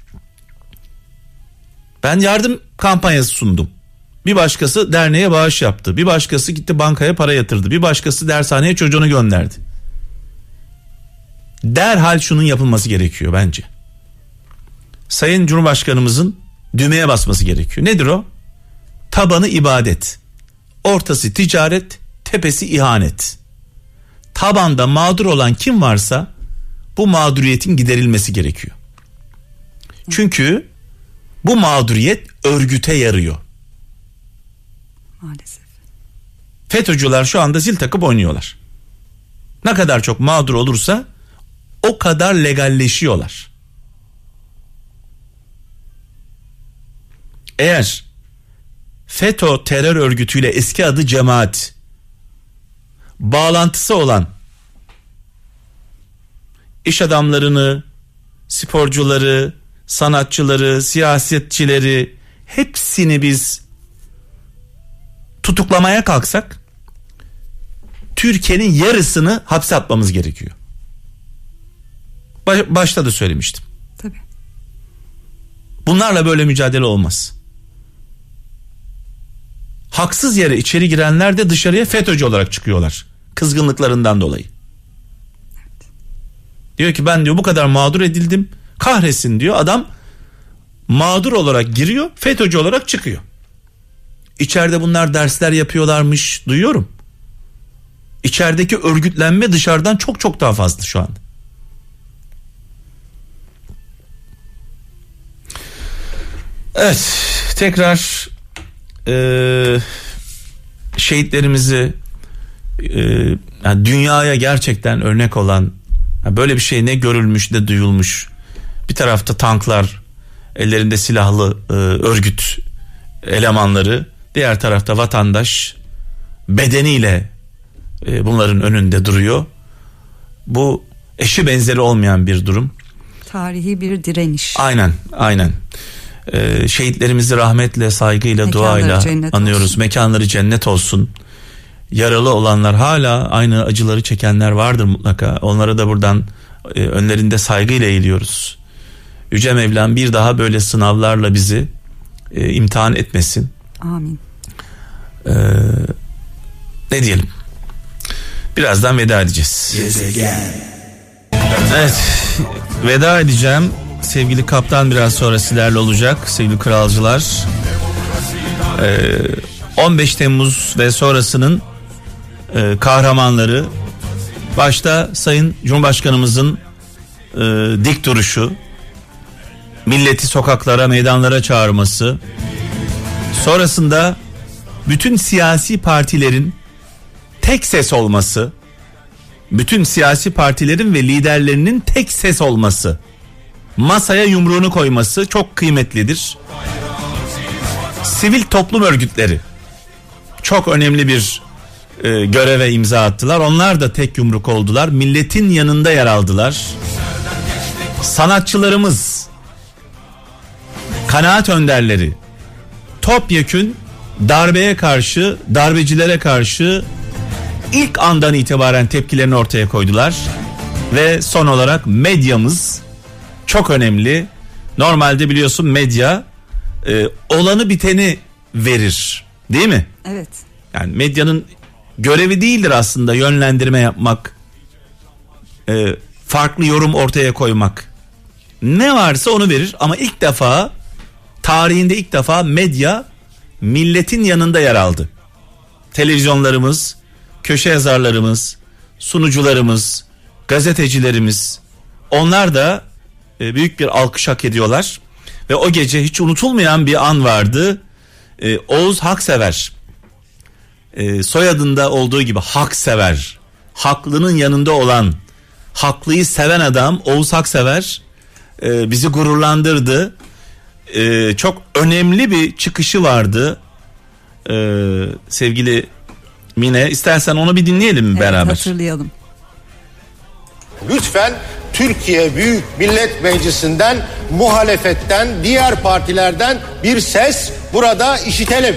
ben yardım kampanyası sundum. Bir başkası derneğe bağış yaptı. Bir başkası gitti bankaya para yatırdı. Bir başkası dershaneye çocuğunu gönderdi. derhal şunun yapılması gerekiyor bence. Sayın Cumhurbaşkanımızın düğmeye basması gerekiyor. Nedir o? Tabanı ibadet, ortası ticaret, tepesi ihanet. Tabanda mağdur olan kim varsa bu mağduriyetin giderilmesi gerekiyor. Çünkü bu mağduriyet örgüte yarıyor. Maalesef. FETÖ'cüler şu anda zil takıp oynuyorlar. Ne kadar çok mağdur olursa o kadar legalleşiyorlar. Eğer FETÖ terör örgütüyle, eski adı Cemaat, bağlantısı olan iş adamlarını, sporcuları, sanatçıları, siyasetçileri hepsini biz tutuklamaya kalksak Türkiye'nin yarısını hapse atmamız gerekiyor. Başta da söylemiştim. Tabii. Bunlarla böyle mücadele olmaz. Haksız yere içeri girenler de dışarıya FETÖ'cü olarak çıkıyorlar. Kızgınlıklarından dolayı. Evet. Diyor ki ben diyor bu kadar mağdur edildim. Kahretsin diyor. Adam mağdur olarak giriyor, FETÖ'cü olarak çıkıyor. İçeride bunlar dersler yapıyorlarmış, duyuyorum. İçerideki örgütlenme dışarıdan çok çok daha fazla şu anda. Evet, tekrar şehitlerimizi, yani dünyaya gerçekten örnek olan, böyle bir şey ne görülmüş ne duyulmuş. Bir tarafta tanklar, ellerinde silahlı örgüt elemanları, diğer tarafta vatandaş bedeniyle bunların önünde duruyor. Bu eşi benzeri olmayan bir durum. Tarihi bir direniş. Aynen. Şehitlerimizi rahmetle, saygıyla, mekanları duayla anıyoruz. Olsun. Mekanları cennet olsun. Yaralı olanlar, hala aynı acıları çekenler vardır mutlaka. Onlara da buradan önlerinde saygıyla eğiliyoruz. Yüce Mevlam bir daha böyle sınavlarla bizi imtihan etmesin. Amin. Ne diyelim? Birazdan veda edeceğiz. Evet, veda edeceğim. Sevgili kaptan biraz sonra sizlerle olacak. Sevgili kralcılar, 15 Temmuz ve sonrasının kahramanları, başta Sayın Cumhurbaşkanımızın dik duruşu, milleti sokaklara, meydanlara çağırması, sonrasında bütün siyasi partilerin tek ses olması, bütün siyasi partilerin ve liderlerinin tek ses olması, masaya yumruğunu koyması çok kıymetlidir. Sivil toplum örgütleri çok önemli bir göreve imza attılar. Onlar da tek yumruk oldular. Milletin yanında yer aldılar. Sanatçılarımız, kanaat önderleri topyekün darbeye karşı, darbecilere karşı ilk andan itibaren tepkilerini ortaya koydular. Ve son olarak medyamız çok önemli. Normalde biliyorsun medya olanı biteni verir, değil mi? Evet. Yani medyanın görevi değildir aslında yönlendirme yapmak, farklı yorum ortaya koymak. Ne varsa onu verir ama ilk defa, tarihinde ilk defa medya milletin yanında yer aldı. Televizyonlarımız, köşe yazarlarımız, sunucularımız, gazetecilerimiz, onlar da büyük bir alkış hak ediyorlar. Ve o gece hiç unutulmayan bir an vardı. Oğuz Haksever, soyadında olduğu gibi Haksever, haklının yanında olan, haklıyı seven adam Oğuz Haksever bizi gururlandırdı. Çok önemli bir çıkışı vardı. Sevgili Mine, istersen onu bir dinleyelim beraber. Evet, hatırlayalım. Lütfen Türkiye Büyük Millet Meclisi'nden, muhalefetten, diğer partilerden bir ses burada işitelim.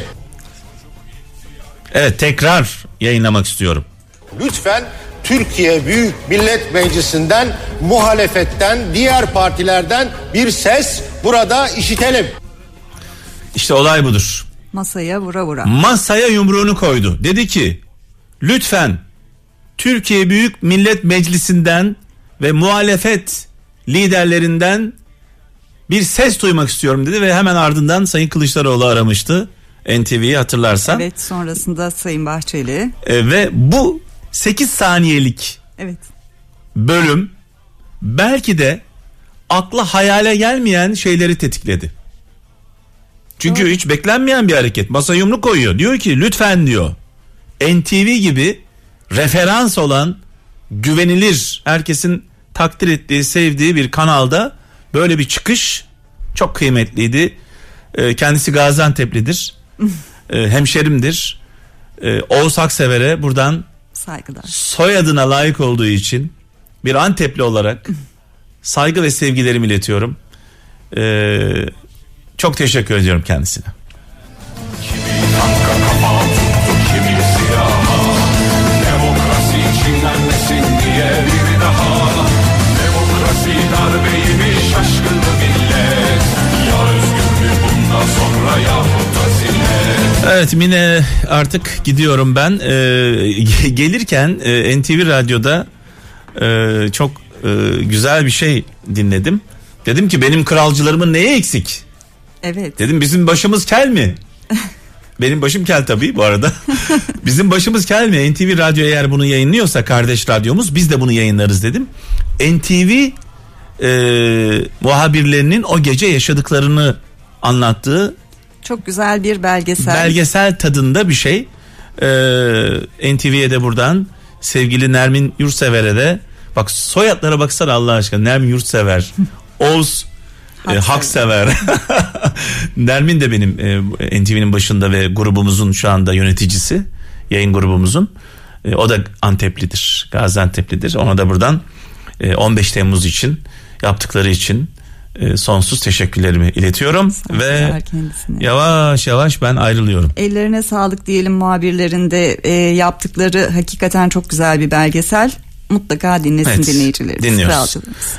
Evet, tekrar yayınlamak istiyorum. Lütfen Türkiye Büyük Millet Meclisi'nden, muhalefetten, diğer partilerden bir ses burada işitelim. İşte olay budur. Masaya vura vura. Masaya yumruğunu koydu. Dedi ki lütfen Türkiye Büyük Millet Meclisi'nden ve muhalefet liderlerinden bir ses duymak istiyorum dedi ve hemen ardından Sayın Kılıçdaroğlu aramıştı NTV'yi, hatırlarsan. Evet, sonrasında Sayın Bahçeli. Ve bu 8 saniyelik bölüm belki de akla hayale gelmeyen şeyleri tetikledi. Çünkü hiç beklenmeyen bir hareket. Masa yumruk koyuyor. Diyor ki lütfen diyor, NTV gibi referans olan, güvenilir, herkesin takdir ettiği, sevdiği bir kanalda böyle bir çıkış çok kıymetliydi. Kendisi Gaziantep'lidir. Hemşerimdir. Oğuz Aksever'e buradan saygılar. Soyadına layık olduğu için bir Antepli olarak saygı ve sevgilerimi iletiyorum. Çok teşekkür ediyorum kendisine. Demokrasi çiğnenmesin diye bir daha. Demokrasi darbeymiş şaşkın millet. Ya özgürlük bundan sonra yahut da zillet. Evet Mine, artık gidiyorum ben. Gelirken NTV Radyo'da çok güzel bir şey dinledim. Dedim ki benim kralcılarımın neye eksik? Evet. Dedim bizim başımız kel mi? Benim başım kel tabii bu arada. Bizim başımız kel mi? NTV Radyo eğer bunu yayınlıyorsa, kardeş radyomuz, biz de bunu yayınlarız dedim. NTV muhabirlerinin o gece yaşadıklarını anlattığı çok güzel bir belgesel. Belgesel tadında bir şey. NTV'ye de buradan sevgili Nermin Yurtsever'e de, bak soyadlara baksana Allah aşkına, Nermin Yurtsever, Oğuz Haksever. Nermin de benim NTV'nin başında ve grubumuzun şu anda yöneticisi, yayın grubumuzun. O da Anteplidir, Gaziantep'lidir. Ona da buradan 15 Temmuz için yaptıkları için sonsuz teşekkürlerimi iletiyorum ve yavaş yavaş ben ayrılıyorum. Ellerine sağlık diyelim muhabirlerin de, yaptıkları hakikaten çok güzel bir belgesel. Mutlaka dinlesin dinleyicilerimiz. Dinliyoruz.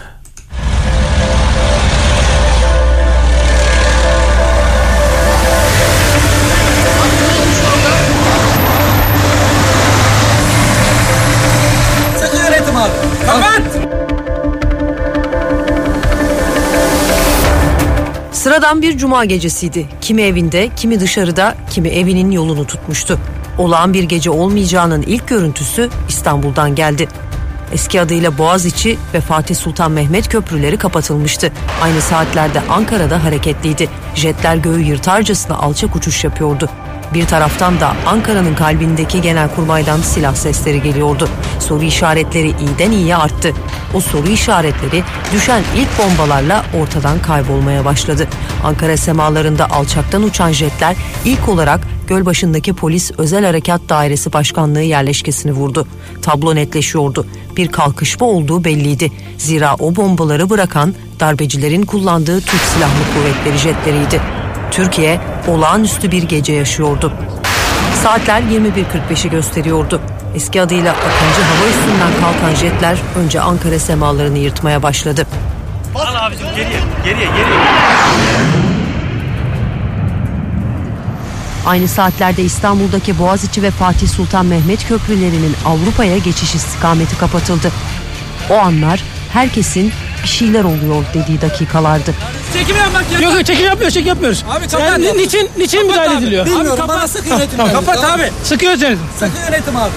Sakın yönetim abi. Kapat! Sıradan bir cuma gecesiydi. Kimi evinde, kimi dışarıda, kimi evinin yolunu tutmuştu. Olağan bir gece olmayacağının ilk görüntüsü İstanbul'dan geldi. Eski adıyla Boğaziçi ve Fatih Sultan Mehmet köprüleri kapatılmıştı. Aynı saatlerde Ankara'da hareketliydi. Jetler göğü yırtarcasına alçak uçuş yapıyordu. Bir taraftan da Ankara'nın kalbindeki Genelkurmay'dan silah sesleri geliyordu. Soru işaretleri iyiden iyiye arttı. O soru işaretleri düşen ilk bombalarla ortadan kaybolmaya başladı. Ankara semalarında alçaktan uçan jetler ilk olarak Gölbaşı'ndaki Polis Özel Harekat Dairesi Başkanlığı yerleşkesini vurdu. Tablo netleşiyordu. Bir kalkışma olduğu belliydi. Zira o bombaları bırakan darbecilerin kullandığı Türk Silahlı Kuvvetleri jetleriydi. Türkiye olağanüstü bir gece yaşıyordu. Saatler 21.45'i gösteriyordu. Eski adıyla Akıncı hava üstünden kalkan jetler önce Ankara semalarını yırtmaya başladı. Al abicim, geriye. Aynı saatlerde İstanbul'daki Boğaziçi ve Fatih Sultan Mehmet köprülerinin Avrupa'ya geçiş istikameti kapatıldı. O anlar herkesin bir şeyler oluyor dediği dakikalardı. Çekim yapmak ya. Yok çekim yapmıyoruz. Abi kapat. Yani niçin müdahale ediliyor? Bilmiyorum, abi bana sıkı yönetim. Kapat abi. Sıkı yönetim. Sıkı yönetim abi.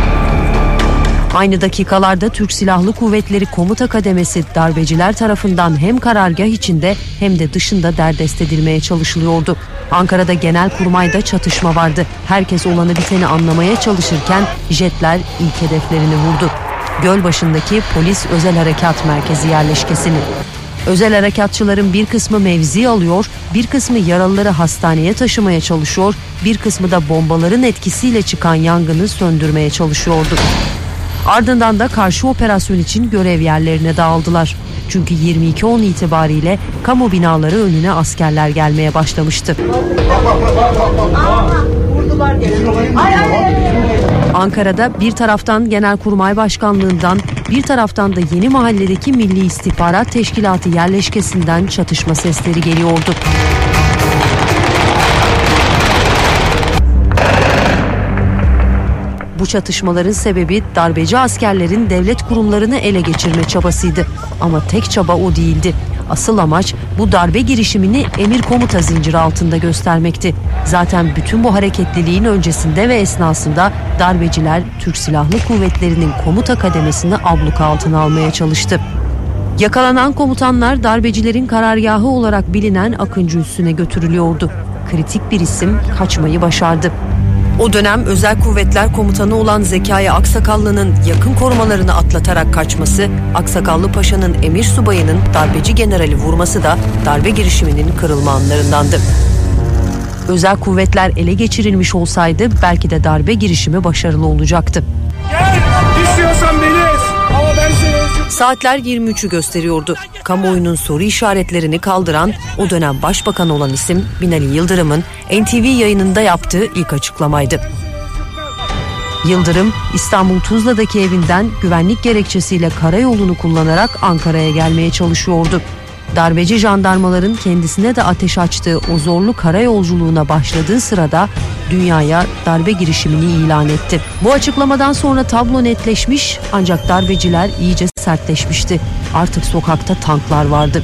Aynı dakikalarda Türk Silahlı Kuvvetleri Komuta Kademesi darbeciler tarafından hem karargah içinde hem de dışında derdest edilmeye çalışılıyordu. Ankara'da Genelkurmay'da çatışma vardı. Herkes olanı biteni anlamaya çalışırken jetler ilk hedeflerini vurdu. Gölbaşı'ndaki Polis Özel Harekat Merkezi yerleşkesini. Özel harekatçıların bir kısmı mevzi alıyor, bir kısmı yaralıları hastaneye taşımaya çalışıyor, bir kısmı da bombaların etkisiyle çıkan yangını söndürmeye çalışıyordu. Ardından da karşı operasyon için görev yerlerine dağıldılar. Çünkü 22.10 itibariyle kamu binaları önüne askerler gelmeye başlamıştı. Ankara'da bir taraftan Genelkurmay Başkanlığı'ndan, bir taraftan da Yeni Mahalle'deki Milli İstihbarat Teşkilatı yerleşkesinden çatışma sesleri geliyordu. Bu çatışmaların sebebi darbeci askerlerin devlet kurumlarını ele geçirme çabasıydı. Ama tek çaba o değildi. Asıl amaç bu darbe girişimini emir komuta zinciri altında göstermekti. Zaten bütün bu hareketliliğin öncesinde ve esnasında darbeciler Türk Silahlı Kuvvetleri'nin komuta kademesini abluka altına almaya çalıştı. Yakalanan komutanlar darbecilerin karargahı olarak bilinen Akıncı Üssü'ne götürülüyordu. Kritik bir isim kaçmayı başardı. O dönem Özel Kuvvetler Komutanı olan Zekai Aksakallı'nın yakın korumalarını atlatarak kaçması, Aksakallı Paşa'nın emir subayının darbeci generali vurması da darbe girişiminin kırılma anlarındandı. Özel kuvvetler ele geçirilmiş olsaydı belki de darbe girişimi başarılı olacaktı. Gel, istiyorsan beni ez. Ama ben seni Saatler 23'ü gösteriyordu. Kamuoyunun soru işaretlerini kaldıran o dönem başbakan olan isim Binali Yıldırım'ın NTV yayınında yaptığı ilk açıklamaydı. Yıldırım, İstanbul Tuzla'daki evinden güvenlik gerekçesiyle karayolunu kullanarak Ankara'ya gelmeye çalışıyordu. Darbeci jandarmaların kendisine de ateş açtığı o zorlu karayolculuğuna başladığı sırada dünyaya darbe girişimini ilan etti. Bu açıklamadan sonra tablo netleşmiş ancak darbeciler iyice sertleşmişti. Artık sokakta tanklar vardı.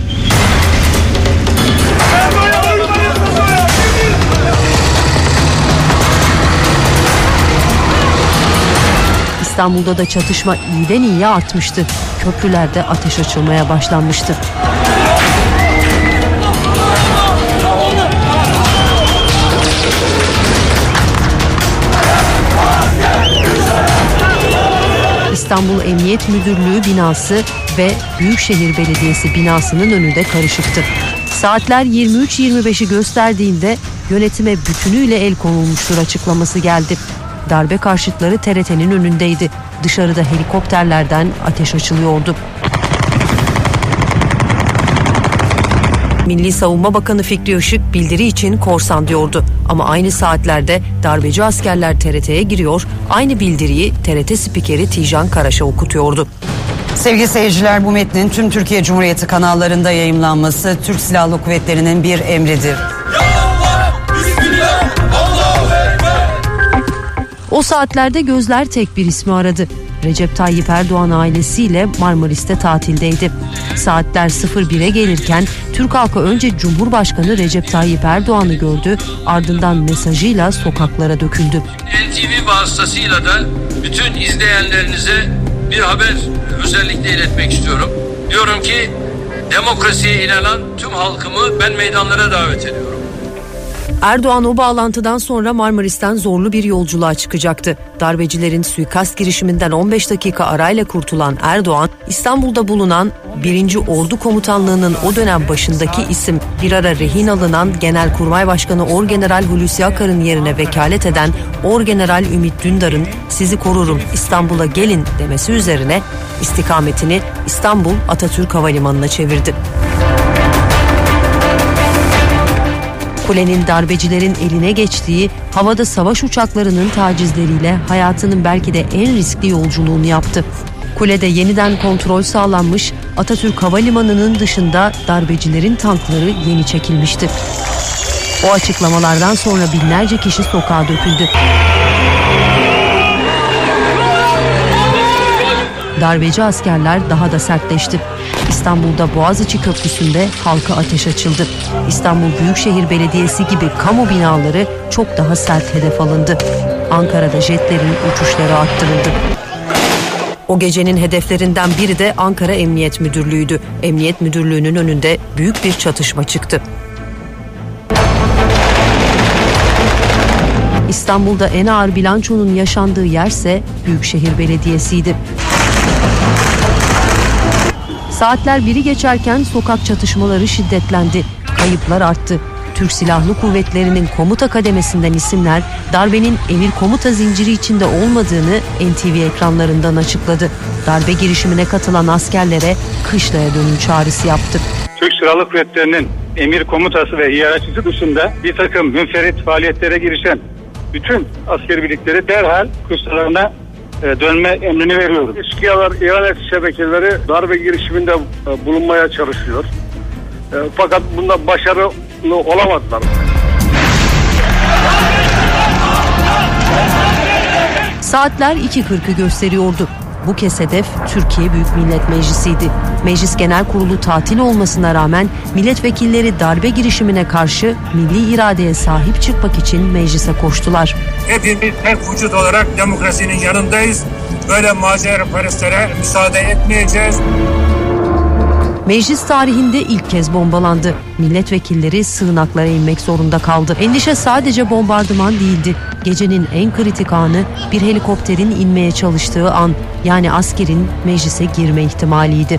İstanbul'da da çatışma iyiden iyiye artmıştı. Köprülerde ateş açılmaya başlanmıştı. İstanbul Emniyet Müdürlüğü binası ve Büyükşehir Belediyesi binasının önünde karışıktı. Saatler 23.25'i gösterdiğinde yönetime bütünüyle el konulmuştur açıklaması geldi. Darbe karşıtları TRT'nin önündeydi. Dışarıda helikopterlerden ateş açılıyordu. Milli Savunma Bakanı Fikri Işık bildiri için korsan diyordu. Ama aynı saatlerde darbeci askerler TRT'ye giriyor, aynı bildiriyi TRT spikeri Tijan Karaş'a okutuyordu. Sevgili seyirciler, bu metnin tüm Türkiye Cumhuriyeti kanallarında yayımlanması Türk Silahlı Kuvvetleri'nin bir emridir. O saatlerde gözler tek bir ismi aradı. Recep Tayyip Erdoğan ailesiyle Marmaris'te tatildeydi. Saatler 01'e gelirken Türk halkı önce Cumhurbaşkanı Recep Tayyip Erdoğan'ı gördü, ardından mesajıyla sokaklara döküldü. NTV vasıtasıyla da bütün izleyenlerinize bir haber özellikle iletmek istiyorum. Diyorum ki demokrasiye inanan tüm halkımı ben meydanlara davet ediyorum. Erdoğan o bağlantıdan sonra Marmaris'ten zorlu bir yolculuğa çıkacaktı. Darbecilerin suikast girişiminden 15 dakika arayla kurtulan Erdoğan, İstanbul'da bulunan 1. Ordu Komutanlığı'nın o dönem başındaki isim, bir ara rehin alınan Genelkurmay Başkanı Orgeneral Hulusi Akar'ın yerine vekalet eden Orgeneral Ümit Dündar'ın "Sizi korurum, İstanbul'a gelin" demesi üzerine istikametini İstanbul Atatürk Havalimanı'na çevirdi. Kulenin darbecilerin eline geçtiği, havada savaş uçaklarının tacizleriyle hayatının belki de en riskli yolculuğunu yaptı. Kulede yeniden kontrol sağlanmış, Atatürk Havalimanı'nın dışında darbecilerin tankları yeni çekilmişti. O açıklamalardan sonra binlerce kişi sokağa döküldü. Darbeci askerler daha da sertleşti. İstanbul'da Boğaziçi Köprüsü'nde halka ateş açıldı. İstanbul Büyükşehir Belediyesi gibi kamu binaları çok daha sert hedef alındı. Ankara'da jetlerin uçuşları arttırıldı. O gecenin hedeflerinden biri de Ankara Emniyet Müdürlüğü'ydü. Emniyet Müdürlüğü'nün önünde büyük bir çatışma çıktı. İstanbul'da en ağır bilançonun yaşandığı yerse Büyükşehir Belediyesi'ydi. Saatler biri geçerken sokak çatışmaları şiddetlendi. Kayıplar arttı. Türk Silahlı Kuvvetleri'nin komuta kademesinden isimler darbenin emir komuta zinciri içinde olmadığını NTV ekranlarından açıkladı. Darbe girişimine katılan askerlere kışlaya dönün çağrısı yaptı. Türk Silahlı Kuvvetleri'nin emir komutası ve hiyerarşisi dışında bir takım münferit faaliyetlere girişen bütün askeri birlikleri derhal kışlalarına dönme emrini veriyoruz. İşkiyalar, ihanet şebekeleri darbe girişiminde bulunmaya çalışıyor. Fakat bunda başarılı olamadılar. Saatler 2.40'ı gösteriyordu. Bu kez hedef Türkiye Büyük Millet Meclisi'ydi. Meclis Genel Kurulu tatil olmasına rağmen milletvekilleri darbe girişimine karşı milli iradeye sahip çıkmak için meclise koştular. Hepimiz tek vücut olarak demokrasinin yanındayız. Böyle maceraparestlere müsaade etmeyeceğiz. Meclis tarihinde ilk kez bombalandı. Milletvekilleri sığınaklara inmek zorunda kaldı. Endişe sadece bombardıman değildi. Gecenin en kritik anı bir helikopterin inmeye çalıştığı an, yani askerin meclise girme ihtimaliydi.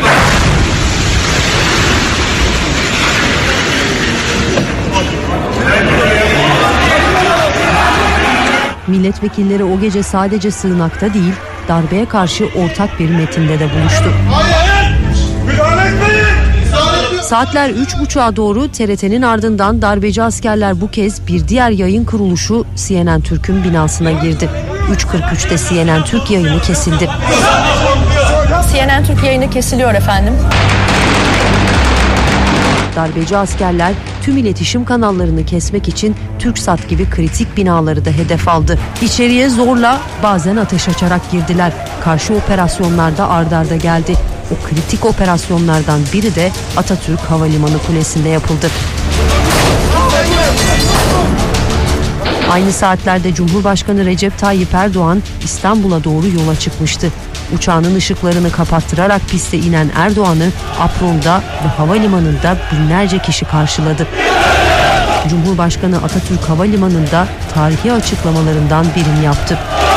Milletvekilleri o gece sadece sığınakta değil, darbeye karşı ortak bir metinde de buluştu. Saatler 3.30'a doğru TRT'nin ardından darbeci askerler bu kez bir diğer yayın kuruluşu CNN Türk'ün binasına girdi. 3.43'te CNN Türk yayını kesildi. CNN Türk yayını kesiliyor efendim. Darbeci askerler tüm iletişim kanallarını kesmek için TürkSat gibi kritik binaları da hedef aldı. İçeriye zorla, bazen ateş açarak girdiler. Karşı operasyonlarda ard arda geldi. O kritik operasyonlardan biri de Atatürk Havalimanı Kulesi'nde yapıldı. Aynı saatlerde Cumhurbaşkanı Recep Tayyip Erdoğan İstanbul'a doğru yola çıkmıştı. Uçağının ışıklarını kapattırarak piste inen Erdoğan'ı apronda ve havalimanında binlerce kişi karşıladı. Cumhurbaşkanı Atatürk Havalimanı'nda tarihi açıklamalarından birini yaptı.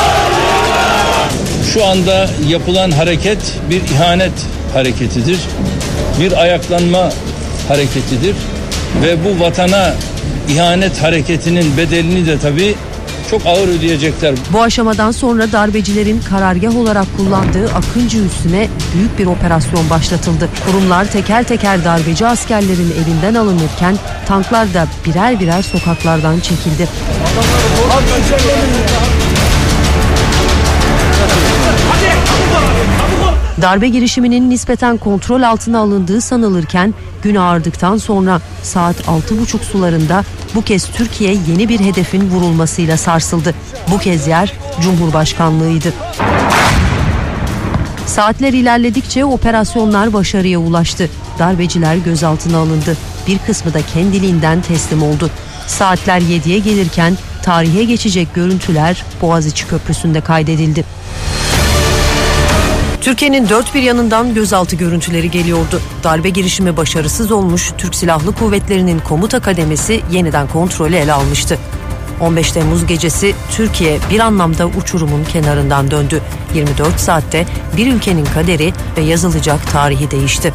Şu anda yapılan hareket bir ihanet hareketidir. Bir ayaklanma hareketidir. Ve bu vatana ihanet hareketinin bedelini de tabii çok ağır ödeyecekler. Bu aşamadan sonra darbecilerin karargah olarak kullandığı Akıncı üssüne büyük bir operasyon başlatıldı. Kurumlar teker teker darbeci askerlerin elinden alınırken tanklar da birer birer sokaklardan çekildi. Darbe girişiminin nispeten kontrol altına alındığı sanılırken gün ağardıktan sonra saat 6.30 sularında bu kez Türkiye yeni bir hedefin vurulmasıyla sarsıldı. Bu kez yer Cumhurbaşkanlığıydı. Saatler ilerledikçe operasyonlar başarıya ulaştı. Darbeciler gözaltına alındı. Bir kısmı da kendiliğinden teslim oldu. Saatler 7'ye gelirken tarihe geçecek görüntüler Boğaziçi Köprüsü'nde kaydedildi. Türkiye'nin dört bir yanından gözaltı görüntüleri geliyordu. Darbe girişimi başarısız olmuş, Türk Silahlı Kuvvetleri'nin komuta kademesi yeniden kontrolü ele almıştı. 15 Temmuz gecesi Türkiye bir anlamda uçurumun kenarından döndü. 24 saatte bir ülkenin kaderi ve yazılacak tarihi değişti.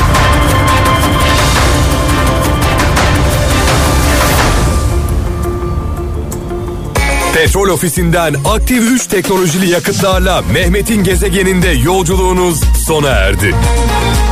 Petrol Ofisi'nden aktif 3 teknolojili yakıtlarla Mehmet'in gezegeninde yolculuğunuz sona erdi.